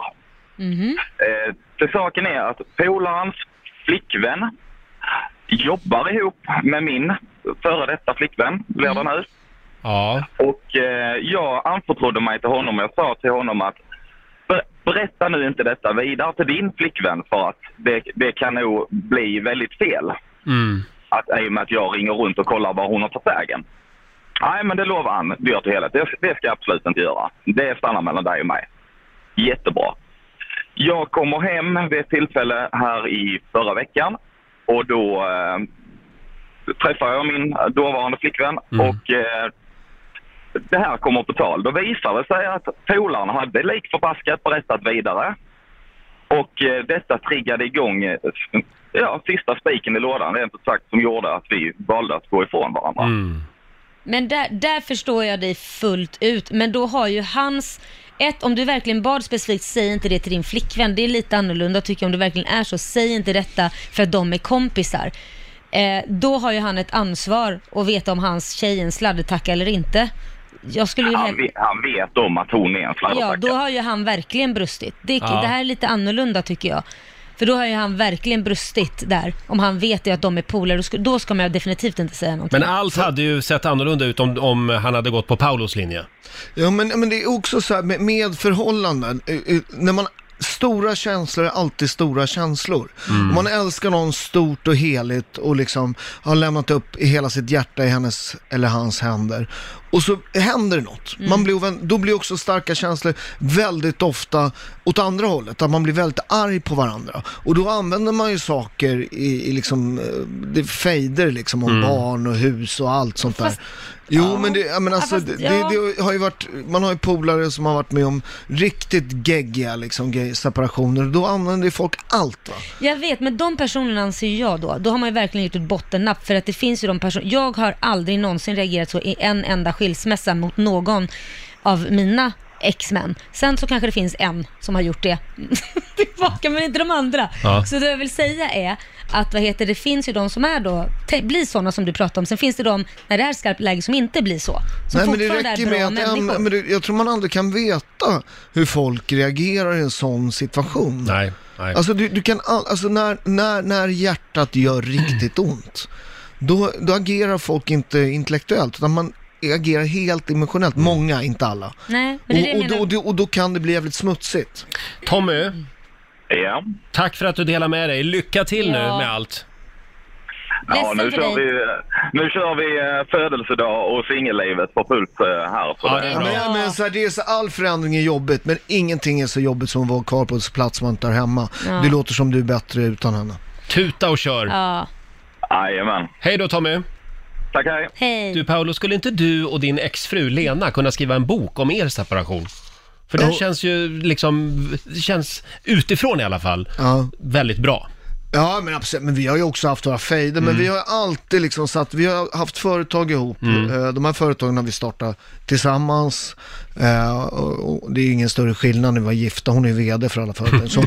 För saken är att polarens flickvän jobbar ihop med min före detta flickvän, blir det nu. Ja. Och jag anförtrodde mig till honom och jag sa till honom att berätta nu inte detta vidare till din flickvän för att det kan nog bli väldigt fel. I och med att jag ringer runt och kollar var hon har tagit vägen. Nej, men det lovar han dyrt och heligt. Det ska jag absolut inte göra. Det stannar mellan dig och mig. Jättebra. Jag kommer hem vid ett tillfälle här i förra veckan och då träffar jag min dåvarande flickvän och det här kommer på tal. Då visar det sig att polarna hade lik förbaskat berättat vidare och detta triggade igång sista spiken i lådan, rent ut sagt, som gjorde att vi valde att gå ifrån varandra. Men där förstår jag dig fullt ut. Men då har ju om du verkligen bad specifikt, säg inte det till din flickvän. Det är lite annorlunda tycker jag, om det verkligen är så. Säg inte detta för att de är kompisar. Då har ju han ett ansvar att veta om hans tjej är en sladdertacka eller inte. Jag skulle ju han vet om att hon är en sladdertacka. Ja, då har ju han verkligen brustit. Det här är lite annorlunda tycker jag. För då har ju han verkligen brustit där. Om han vet ju att de är polare, då ska man definitivt inte säga någonting. Men allt hade ju sett annorlunda ut om han hade gått på Paulos linje. Ja, men det är också så här med förhållanden. När man stora känslor är alltid stora känslor. Om man älskar någon stort och heligt och liksom har lämnat upp hela sitt hjärta i hennes eller hans händer och så händer något. Då blir också starka känslor väldigt ofta åt andra hållet, att man blir väldigt arg på varandra. Och då använder man ju saker i liksom det fejder liksom om barn och hus och allt sånt där. Jo, men det har ju varit, man har ju polare som har varit med om riktigt geggiga liksom separationer, och då använder ju folk allt, va? Jag vet, men de personerna anser jag då har man ju verkligen gjort ett bottennapp, för att det finns ju de personer, jag har aldrig någonsin reagerat så i en enda skilsmässa mot någon av mina ex-män. Sen så kanske det finns en som har gjort det tillbaka, men inte de andra. Så det jag vill säga är att det finns ju de som är då blir sådana som du pratar om. Sen finns det de när det är skarpt läge som inte blir så. Nej, men det räcker med att jag tror man aldrig kan veta hur folk reagerar i en sån situation. Nej. Alltså du kan när hjärtat gör riktigt ont, då agerar folk inte intellektuellt, utan man agerar helt emotionellt. Många, inte alla. Nej, men och då kan det bli jävligt smutsigt. Tommy, ja. Tack för att du delar med dig. Lycka till nu med allt. Ja, nu kör vi födelsedag och singellivet för fullt här. Så men så här, det är så, all förändring är jobbigt, men ingenting är så jobbigt som att vara kvar på ett plats man inte har hemma. Det låter som du är bättre utan henne. Tuta och kör. Jajamän. Hej då, Tommy. Tack, hej. Du, Paolo, skulle inte du och din exfru Lena kunna skriva en bok om er separation? För det känns ju liksom, känns utifrån i alla fall väldigt bra. Ja, men absolut. Men vi har ju också haft våra fejder, men vi har alltid liksom satt, vi har haft företag ihop. De här företagen har vi startat tillsammans. Och det är ingen större skillnad när vi var gifta. Hon är vd för alla företag. Så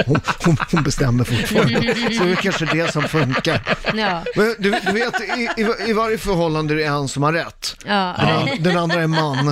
hon bestämmer fortfarande. Så det är kanske det som funkar. Ja. Men du vet, i varje förhållande är det en som har rätt. Ja. Den andra är man.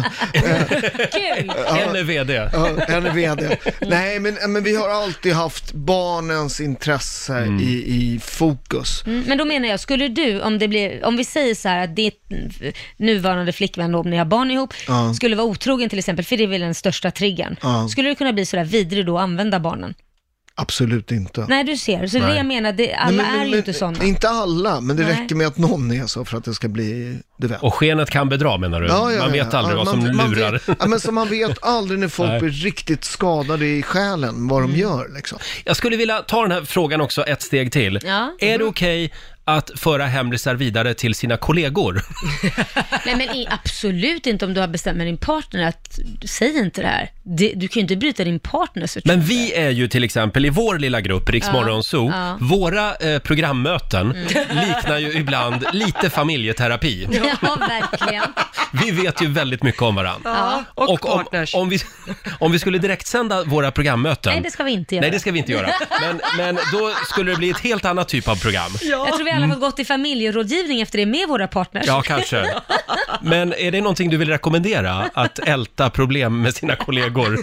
Kul! En är vd. Ja, en är vd. Nej, men vi har alltid haft barnens intresse i fokus. Men då menar jag, skulle du, om vi säger så här att ditt nuvarande flickvän då, om ni har barn ihop, skulle vara otrogen till exempel, för det är väl den största triggern. Skulle du kunna bli så där vidrig då och använda barnen? Absolut inte. Nej, du ser. Så det jag menar, alla är ju inte sådana. Inte alla, men det räcker med att någon är så för att det ska bli det väl. Och skenet kan bedra, menar du? Man vet aldrig vad som lurar. Men så man vet aldrig när folk blir riktigt skadade i själen vad de gör liksom. Jag skulle vilja ta den här frågan också ett steg till. Ja. Är det okej att föra hemlisar vidare till sina kollegor? Nej, men absolut inte om du har bestämt med din partner att säg inte det här. Du kan ju inte bryta din partners. Men vi är ju till exempel i vår lilla grupp, Rix Morgon Zoo, våra programmöten liknar ju ibland lite familjeterapi. Ja, verkligen. Vi vet ju väldigt mycket om varandra. Ja, och partners. Om vi skulle direkt sända våra programmöten. Nej, det ska vi inte göra. Nej, det ska vi inte göra. Men då skulle det bli ett helt annat typ av program. Ja. Jag tror vi alla har gått i familjerådgivning efter det med våra partners. Ja, kanske. Men är det någonting du vill rekommendera? Att älta problem med sina kollegor?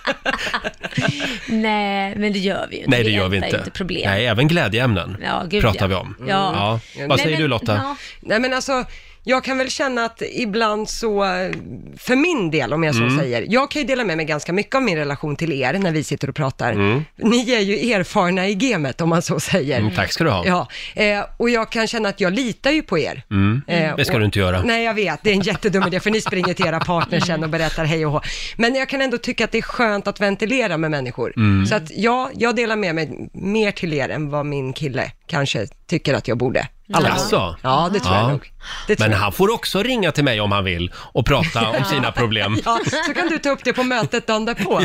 Nej, men det gör vi ju inte. Nej, det gör vi inte. Problem. Nej, även glädjeämnen pratar vi om. Ja. Vad säger du, Lotta? Ja. Nej, men alltså, jag kan väl känna att ibland så, för min del om jag så säger, jag kan ju dela med mig ganska mycket av min relation till er när vi sitter och pratar. Ni är ju erfarna i gamet om man så säger. Tack ska du ha. Ja, och jag kan känna att jag litar ju på er. Det ska du inte göra. Nej, jag vet, det är en jättedum idé för ni springer till era partners sen och berättar hej och hå. Men jag kan ändå tycka att det är skönt att ventilera med människor. Så att jag delar med mig mer till er än vad min kille kanske tycker att jag borde. Alltså. Ja, det tror jag nog. Men han får också ringa till mig om han vill och prata om sina problem. Ja, så kan du ta upp det på mötet dagen därpå.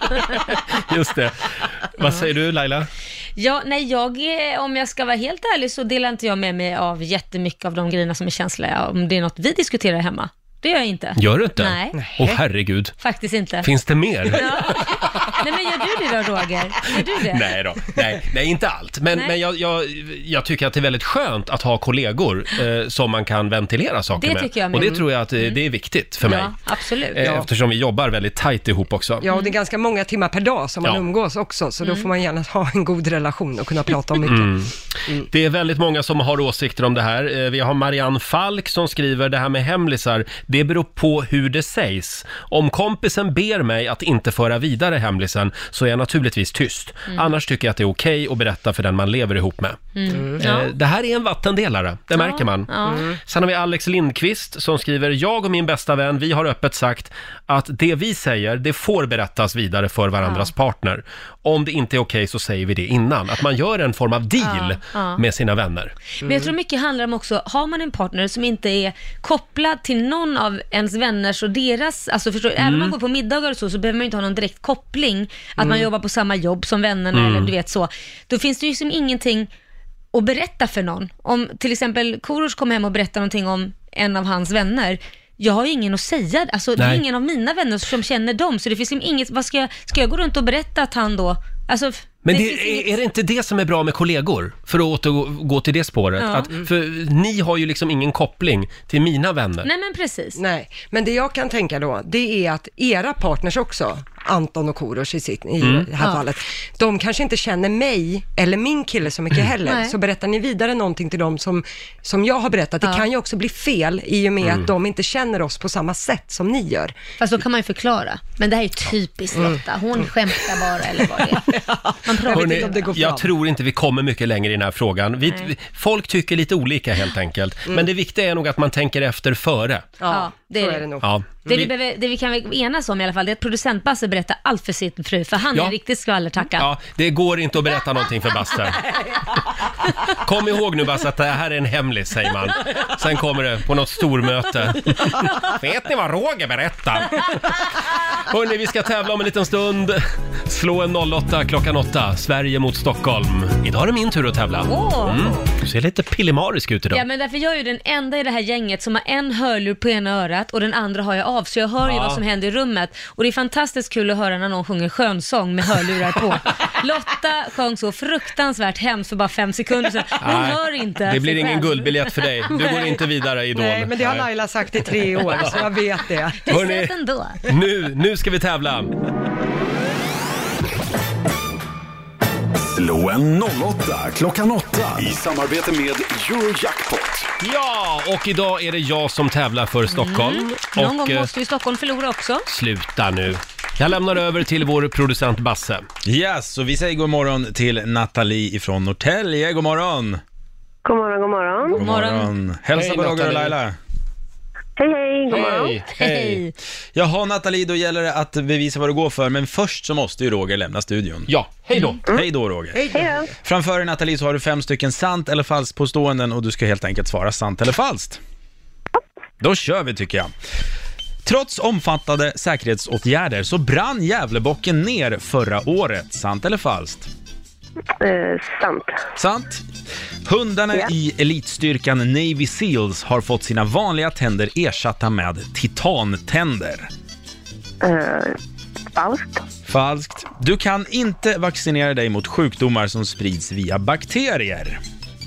Just det. Vad säger du, Laila? Ja, nej, om jag ska vara helt ärlig så delar inte jag med mig av jättemycket av de grejerna som är känsliga. Om det är något vi diskuterar hemma. Det gör jag inte. Gör du inte? Nej. Herregud. Faktiskt inte. Finns det mer? Ja. Nej, men gör du det då, Roger? Gör du det? Nej då. Nej, inte allt. Men jag tycker att det är väldigt skönt att ha kollegor som man kan ventilera saker med. Tycker jag med. Och det tror jag att det är viktigt för mig. Ja, absolut. Eftersom vi jobbar väldigt tajt ihop också. Ja, och det är ganska många timmar per dag som man umgås också. Så då får man gärna ha en god relation och kunna prata om mycket. Det är väldigt många som har åsikter om det här. Vi har Marianne Falk som skriver det här med hemlisar. Det beror på hur det sägs. Om kompisen ber mig att inte föra vidare hemlisen så är jag naturligtvis tyst. Annars tycker jag att det är okej att berätta för den man lever ihop med. Det här är en vattendelare, det märker man. Sen har vi Alex Lindqvist som skriver: jag och min bästa vän, vi har öppet sagt att det vi säger, det får berättas vidare för varandras partner. Om det inte är okej så säger vi det innan. Att man gör en form av deal med sina vänner. Men jag tror mycket handlar om också, har man en partner som inte är kopplad till någon av ens vänners och deras, alltså förstår, även om man går på middagar och så behöver man inte ha någon direkt koppling, att man jobbar på samma jobb som vännerna eller du vet så. Då finns det ju liksom ingenting att berätta för någon. Om till exempel Korosh kommer hem och berättar någonting om en av hans vänner, jag har ju ingen att säga, alltså det är ingen av mina vänner som känner dem, så det finns liksom inget, ska jag gå runt och berätta att han då, alltså. Men är det inte det som är bra med kollegor? För att återgå till det spåret. Ja. För ni har ju liksom ingen koppling till mina vänner. Nej, men precis. Nej, men det jag kan tänka då, det är att era partners också, Anton och Korosh i det här fallet, de kanske inte känner mig eller min kille så mycket heller. Nej. Så berättar ni vidare någonting till dem som jag har berättat. Det kan ju också bli fel i och med att de inte känner oss på samma sätt som ni gör. Fast då kan man ju förklara. Men det här är ju typiskt Lotta. Hon skämtar bara eller vad det är. Hörrni, jag tror inte vi kommer mycket längre i den här frågan. Folk tycker lite olika helt enkelt. Men det viktiga är nog att man tänker efter före. Ja, det är det nog. Ja. Det vi kan enas om i alla fall, det är att producent Basse berättar allt för sin fru, för han är riktigt skvallertacka. Ja, det går inte att berätta någonting för Basse. Kom ihåg nu Basse att det här är en hemlis, säger man. Sen kommer det på något stormöte. Vet ni vad Roger berättar? Hörrni, vi ska tävla om en liten stund. Slå en 08 klockan 8. Sverige mot Stockholm. Idag är det min tur att tävla. Du ser lite pillemarisk ut idag. Ja, men därför jag är ju den enda i det här gänget som har en hörlur på ena örat och den andra har jag av, så jag hör ju vad som händer i rummet. Och det är fantastiskt kul att höra när någon sjunger skönsång med hörlurar på. Lotta sjöng så fruktansvärt hemskt för bara 5 sekunder sedan. Hon hör inte. Det blir ingen guldbiljett för dig. Du går inte vidare i Idol. Nej, men det har Laila sagt i 3 år, så jag vet det. Det är så ändå. Nu ska vi tävla. Slå en 08 klockan 8 i samarbete med Eurojackpot. Ja, och idag är det jag som tävlar för Stockholm. Någon gång måste ju Stockholm förlora också. Sluta nu. Jag lämnar över till vår producent Basse. Yes, och vi säger god morgon till Nathalie ifrån Norrtälje. God morgon. God morgon, god morgon. God morgon. Hälsa på Roger och Laila. Hej, god morgon. Hej. Jaha, Nathalie, då gäller det att bevisa vad du går för, men först så måste ju Roger lämna studion. Ja, hej då. Hej då, Roger. Hej då. Framför dig, Nathalie, så har du 5 stycken sant eller falskt påståenden och du ska helt enkelt svara sant eller falskt. Då kör vi, tycker jag. Trots omfattande säkerhetsåtgärder så brann Gävlebocken ner förra året. Sant eller falskt? Sant. Sant. Hundarna i elitstyrkan Navy Seals har fått sina vanliga tänder ersatta med titantänder. Falskt. Falskt. Du kan inte vaccinera dig mot sjukdomar som sprids via bakterier.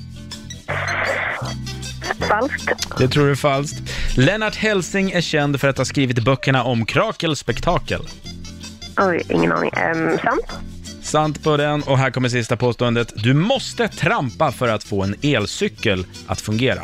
Falskt. Det tror du är falskt. Lennart Hellsing är känd för att ha skrivit böckerna om krakelspektakel. Oj, ingen aning. Sant. Sant på den, och här kommer sista påståendet. Du måste trampa för att få en elcykel att fungera.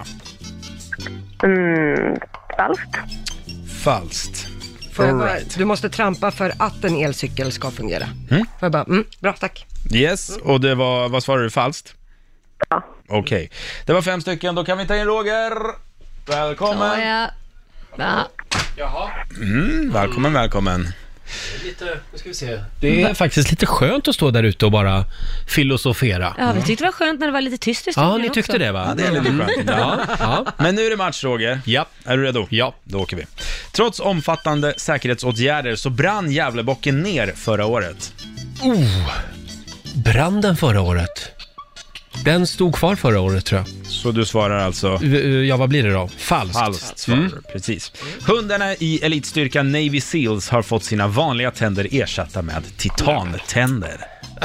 Falskt. Falskt. Du måste trampa för att en elcykel ska fungera. Bra, tack. Yes, och det var, vad svarade du, falskt? Ja. Okej, det var 5 stycken, då kan vi ta in Roger. Välkommen. Ja. Jaha. Välkommen. Nu ska vi se. Det är faktiskt lite skönt att stå där ute och bara filosofera. Ja, vi tyckte det var skönt när det var lite tyst i studion. Ja, ni tyckte också. det, va? Ja, det är lite skönt. Ja. Men nu är det match, Roger. Ja. Är du redo? Ja. Då åker vi. Trots omfattande säkerhetsåtgärder så brann Gävlebocken ner förra året. Branden förra året. Den stod kvar förra året, tror jag. Så du svarar alltså? Ja, vad blir det då? Falskt. Falskt svarar du, precis. Hundarna i elitstyrkan Navy Seals har fått sina vanliga tänder ersatta med titantänder.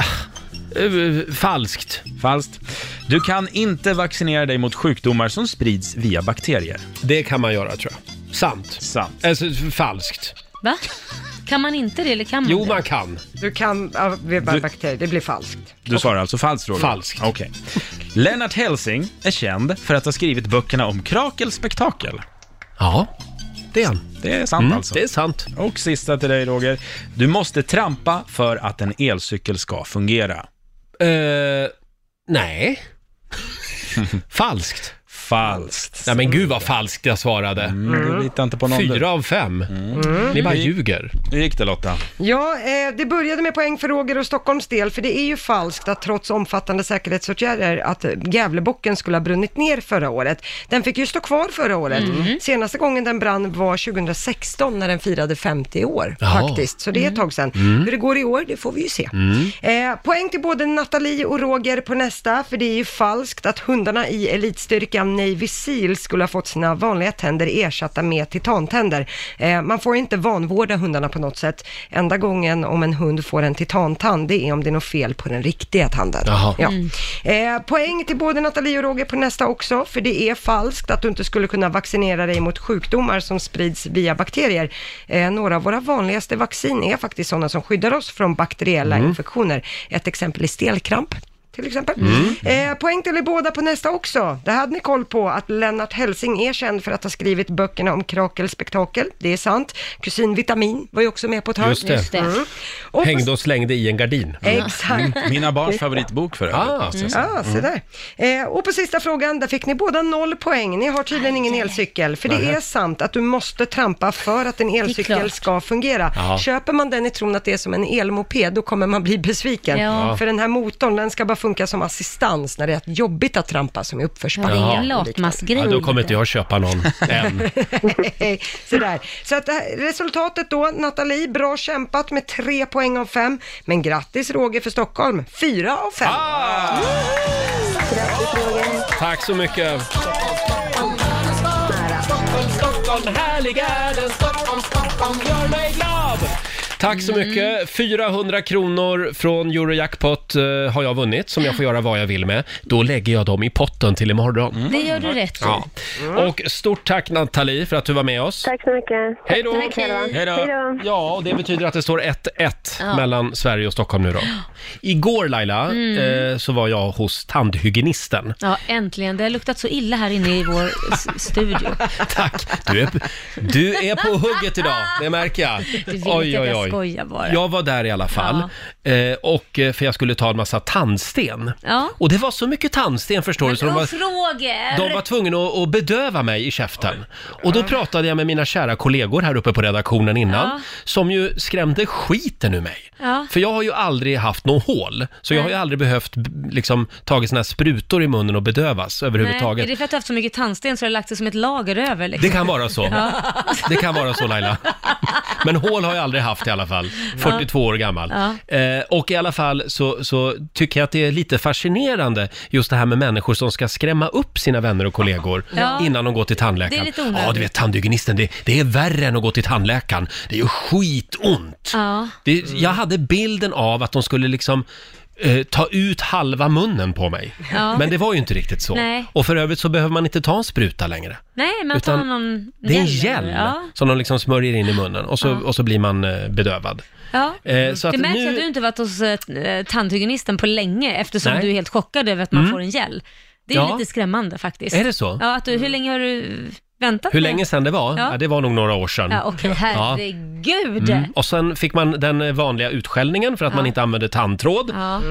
Falskt. Falskt. Du kan inte vaccinera dig mot sjukdomar som sprids via bakterier. Det kan man göra, tror jag. Sant. Alltså, falskt. Va? Kan man inte det, eller kan man Jo, det? man kan. Du kan, bakterier, det blir falskt. Du svarar alltså falskt, Roger? Falskt. Okej. Lennart Hellsing är känd för att ha skrivit böckerna om krakelspektakel. Ja, det är han. Det är sant alltså. Det är sant. Och sista till dig, Roger. Du måste trampa för att en elcykel ska fungera. Nej. Falskt. Falskt. Nej, men gud vad falskt jag svarade. Du litar inte på någon. 4 av 5. Ni bara ljuger. Hur gick det, Lotta? Ja, det började med poäng för Roger och Stockholms del, för det är ju falskt att trots omfattande säkerhetsåtgärder att Gävlebocken skulle ha brunnit ner förra året. Den fick ju stå kvar förra året. Senaste gången den brann var 2016 när den firade 50 år faktiskt. Så det är ett tag sedan. Hur det går i år, det får vi ju se. Poäng till både Nathalie och Roger på nästa, för det är ju falskt att hundarna i elitstyrkan Navy Seals skulle ha fått sina vanliga tänder ersatta med titantänder. Man får inte vanvårda hundarna på något sätt. Enda gången om en hund får en titantand, det är om det är något fel på den riktiga tanden. Ja. Poäng till både Nathalie och Roger på nästa också, för det är falskt att du inte skulle kunna vaccinera dig mot sjukdomar som sprids via bakterier. Några av våra vanligaste vaccin är faktiskt sådana som skyddar oss från bakteriella infektioner. Ett exempel är stelkramp. Till exempel. Poäng till er båda på nästa också. Det hade ni koll på att Lennart Hellsing är känd för att ha skrivit böckerna om krakelspektakel. Det är sant. Kusin Vitamin var ju också med på ett hörn. Just det. Och hängde och slängde i en gardin. Exakt. Mina barns favoritbok för övrigt. Så där. Och på sista frågan, där fick ni båda 0 poäng. Ni har tydligen ingen elcykel. För det är sant att du måste trampa för att en elcykel ska fungera. Köper man den i tron att det är som en elmoped, då kommer man bli besviken. För den här motorn, den ska bara funka som assistans när det är jobbigt att trampa som är uppförsbacke. Det är ingen latmassgrej. Ja, då kommer inte jag köpa någon än. Sådär. Så att resultatet då, Nathalie, bra kämpat med 3 poäng av 5. Men grattis Roger för Stockholm, 4 av 5. Grattis, Roger. Tack så mycket. Stockholm, härlig är den. Stockholm, gör mig glad. Tack så mycket. 400 kronor från Eurojackpot har jag vunnit, som jag får göra vad jag vill med. Då lägger jag dem i potten till imorgon. Det gör du rätt i. Ja. Och stort tack, Nathalie, för att du var med oss. Tack så mycket. Hej då. Hej då. Ja, och det betyder att det står 1-1 mellan Sverige och Stockholm nu då. Igår, Laila, så var jag hos tandhygienisten. Ja, äntligen. Det har luktat så illa här inne i vår studio. Tack. Du är på hugget idag, det märker jag. Oj. skojar bara. Jag var där i alla fall. Och för jag skulle ta en massa tandsten. Ja. Och det var så mycket tandsten, förstår du. Så de var tvungna att bedöva mig i käften. Och då pratade jag med mina kära kollegor här uppe på redaktionen innan. Som ju skrämde skiten ur mig. Ja. För jag har ju aldrig haft någon hål. Så jag har ju aldrig behövt liksom tagit såna här sprutor i munnen och bedövas överhuvudtaget. Nej, är det för att du har haft så mycket tandsten så har det lagt sig som ett lager över? Liksom? Det kan vara så. Det kan vara så, Laila. Men hål har jag aldrig haft i alla fall. 42 år gammal. Och i alla fall så tycker jag att det är lite fascinerande just det här med människor som ska skrämma upp sina vänner och kollegor innan de går till tandläkaren. Det är lite onödigt. Du vet, tandhygienisten, det är värre än att gå till tandläkaren. Det är ju skitont. Jag hade bilden av att de skulle liksom ta ut halva munnen på mig. Men det var ju inte riktigt så. Nej. Och för övrigt så behöver man inte ta en spruta längre. Nej, man tar någon det är en gel som de liksom smörjer in i munnen och så blir man bedövad. Ja. Så det märks att du inte varit hos tandhygienisten på länge eftersom du är helt chockad över att man får en gel. Det är lite skrämmande faktiskt. Är det så? Ja, hur länge har du väntat? Hur länge sedan det var? Ja, det var nog några år sedan. Ja, okej, herregud. Och sen fick man den vanliga utskällningen för att man inte använde tandtråd.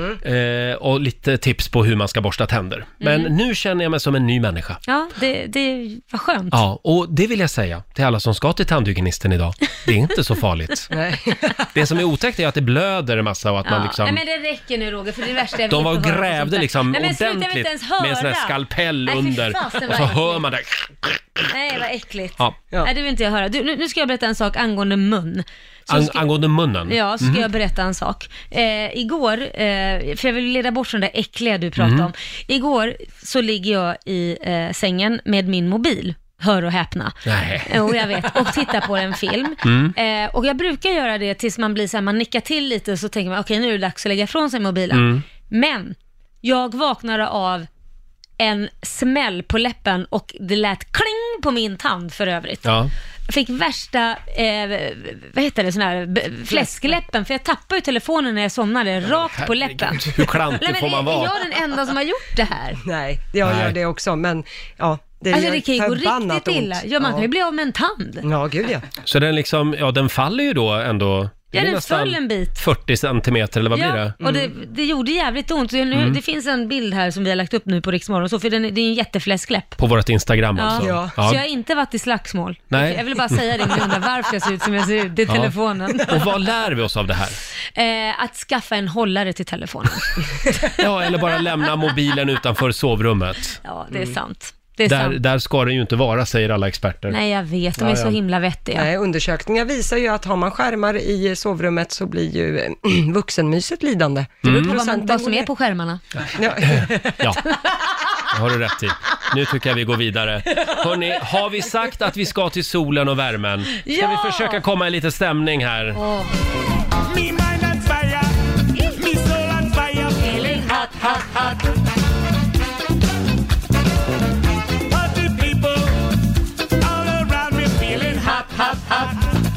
Och lite tips på hur man ska borsta tänder. Men nu känner jag mig som en ny människa. Ja, det var skönt. Ja, och det vill jag säga till alla som ska till tandhygienisten idag. Det är inte så farligt. Det som är otäckt är att det blöder en massa och att man liksom... Nej, men det räcker nu, Roger, för det värsta jag de var grävde liksom ordentligt med en sån här skalpell under. Och så hör man det. Nej, vad äckligt. Ja. Nej, det vill inte jag höra. Nu ska jag berätta en sak angående mun. Angående munnen? Ja, så ska jag berätta en sak. Igår, för jag vill leda bort från det äckliga du pratade om. Igår så ligger jag i sängen med min mobil. Hör och häpna. Nej. Och jag vet, och titta på en film. Och jag brukar göra det tills man blir så här, man nickar till lite och så tänker man, okej, nu är det dags att lägga ifrån sig mobilen. Men jag vaknade av en smäll på läppen och det lät kling på min tand för övrigt. Ja. Jag fick värsta, vad heter det, sån här fläskläppen, för jag tappade ju telefonen när jag somnade, rakt på läppen. Hur klantig får man vara? Är jag den enda som har gjort det här? Nej, jag gör det också, men ja. Det kan ju gå riktigt illa. Ja, man kan ju bli av med en tand. Ja, gud ja. Så den liksom, den faller ju då ändå... Ja, den föll en bit. 40 centimeter eller vad blir det? Och det gjorde jävligt ont. Det finns en bild här som vi har lagt upp nu på Riksmorgon, så för det är en jättefläskläpp. På vårt Instagram alltså. Ja. Så jag har inte varit i slagsmål. Nej. Jag vill bara säga det, undrar varför jag ser ut som jag ser ut i telefonen. Och vad lär vi oss av det här? Att skaffa en hållare till telefonen. Ja, eller bara lämna mobilen utanför sovrummet. Ja, det är sant. Där ska det ju inte vara, säger alla experter. Nej, jag vet. De är så himla vettiga. Nej, undersökningar visar ju att har man skärmar i sovrummet så blir ju vuxenmyset lidande. Det beror på vad som är på skärmarna. Ja, det har du rätt i. Nu tycker jag vi går vidare. Hörrni, har vi sagt att vi ska till solen och värmen? Ska vi försöka komma i lite stämning här? Me mind on fire, me soul on fire, feeling hot, hot, hot. Hot, hot.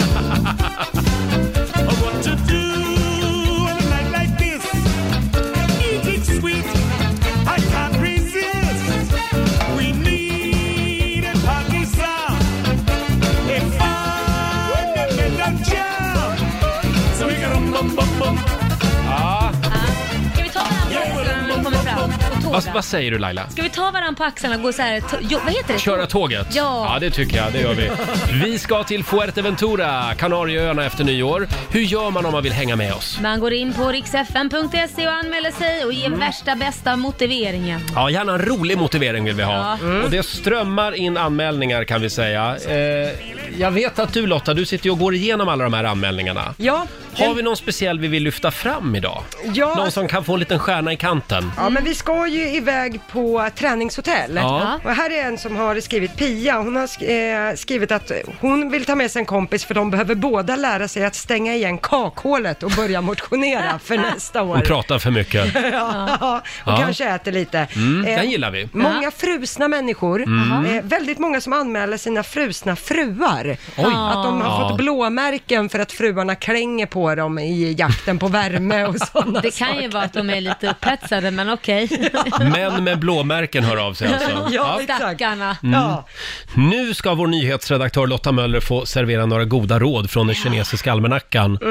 What to do on a night like this? Eating sweet, I can't resist. We need a party song, a fundamental jam. So we got bum bum bum. Ska vi ta varandra på axlarna och kommer fram? Vad säger du, Laila? Ska vi ta varandra på axlarna och gå så här, vad heter det? Köra tåget? Ja, det tycker jag, det gör vi. Vi ska till Fuerteventura, Kanarieöarna efter nyår. Hur gör man om man vill hänga med oss? Man går in på riksfn.se och anmäler sig och ger värsta bästa motiveringen. Ja, gärna en rolig motivering vill vi ha. Och det strömmar in anmälningar, kan vi säga. Jag vet att du, Lotta, du sitter och går igenom alla de här anmälningarna. Ja. Har vi någon speciell vi vill lyfta fram idag? Ja. Någon som kan få en liten stjärna i kanten? Ja, men vi ska ju iväg på träningshotell. Ja. Och här är en som har skrivit, Pia. Hon har skrivit att hon vill ta med sig en kompis för de behöver båda lära sig att stänga igen kakhålet och börja motionera för nästa år. Hon pratar för mycket. Och kanske äter lite. Den gillar vi. Många frusna människor. Väldigt många som anmäler sina frusna fruar. Oj. Att de har fått blåmärken för att fruarna klänger på dem i jakten på värme och sådana Det kan ju vara att de är lite upphetsade, men okej. Män med blåmärken hör av sig alltså. Ja, exakt. Stackarna. Ja. Nu ska vår nyhetsredaktör Lotta Möller få servera några goda råd från den kinesiska almanackan.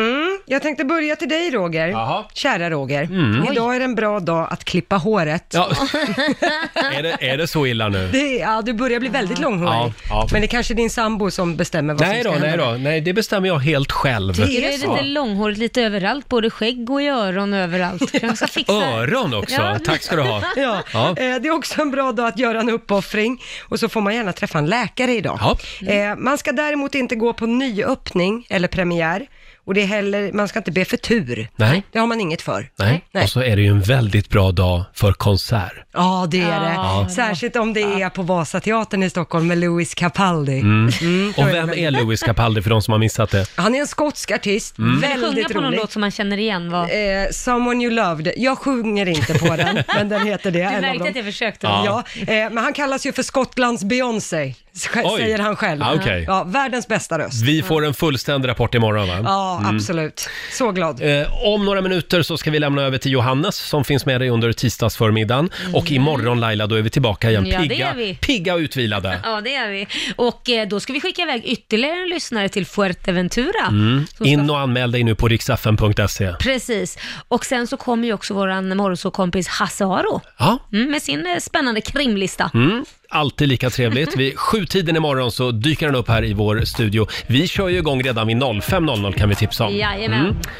Jag tänkte börja till dig, Roger. Jaha. Kära Roger. Mm. Idag är det en bra dag att klippa håret. Ja. är det så illa nu? Du börjar bli väldigt långhårig. Ja. Men det är kanske din sambo som bestämmer vad som ska hända. Nej, det bestämmer jag helt själv. Det är lite långhårigt lite överallt, både skägg och i öron överallt. Jag ska fixa. Öron också, Ja. tack ska du ha. Ja. Det är också en bra dag att göra en uppoffring och så får man gärna träffa en läkare idag. Ja. Man ska däremot inte gå på nyöppning eller premiär. Och det är heller, man ska inte be för tur. Nej. Det har man inget för. Nej. Och så är det ju en väldigt bra dag för konsert. Ja, det är det. Ja. Särskilt om det är på Vasateatern i Stockholm med Louis Capaldi. Och vem är Louis Capaldi för de som har missat det? Han är en skotsk artist, väldigt rolig. Sjunga på någon låt som man känner igen, va? Someone You Loved. Jag sjunger inte på den, men den heter det. Du märkte att jag försökte. Ja. Men han kallas ju för Skottlands Beyoncé, säger han själv. Okay. Ja, världens bästa röst. Vi får en fullständig rapport imorgon, va? Ja, absolut. Så glad. Om några minuter så ska vi lämna över till Johannes som finns med dig under tisdagsförmiddagen. Och imorgon, Laila, då är vi tillbaka igen. Ja, det är vi. Pigga och utvilade. Ja, det är vi. Och då ska vi skicka iväg ytterligare en lyssnare till Fuerteventura. In och anmäl dig nu på riksfn.se. Precis. Och sen så kommer ju också våran morgonsåkompis Hasse Aro. Ja. Med sin spännande krimlista. Alltid lika trevligt. Vid 7-tiden imorgon så dyker han upp här i vår studio. Vi kör ju igång redan vid 05.00 kan vi tipsa om. Jajamän.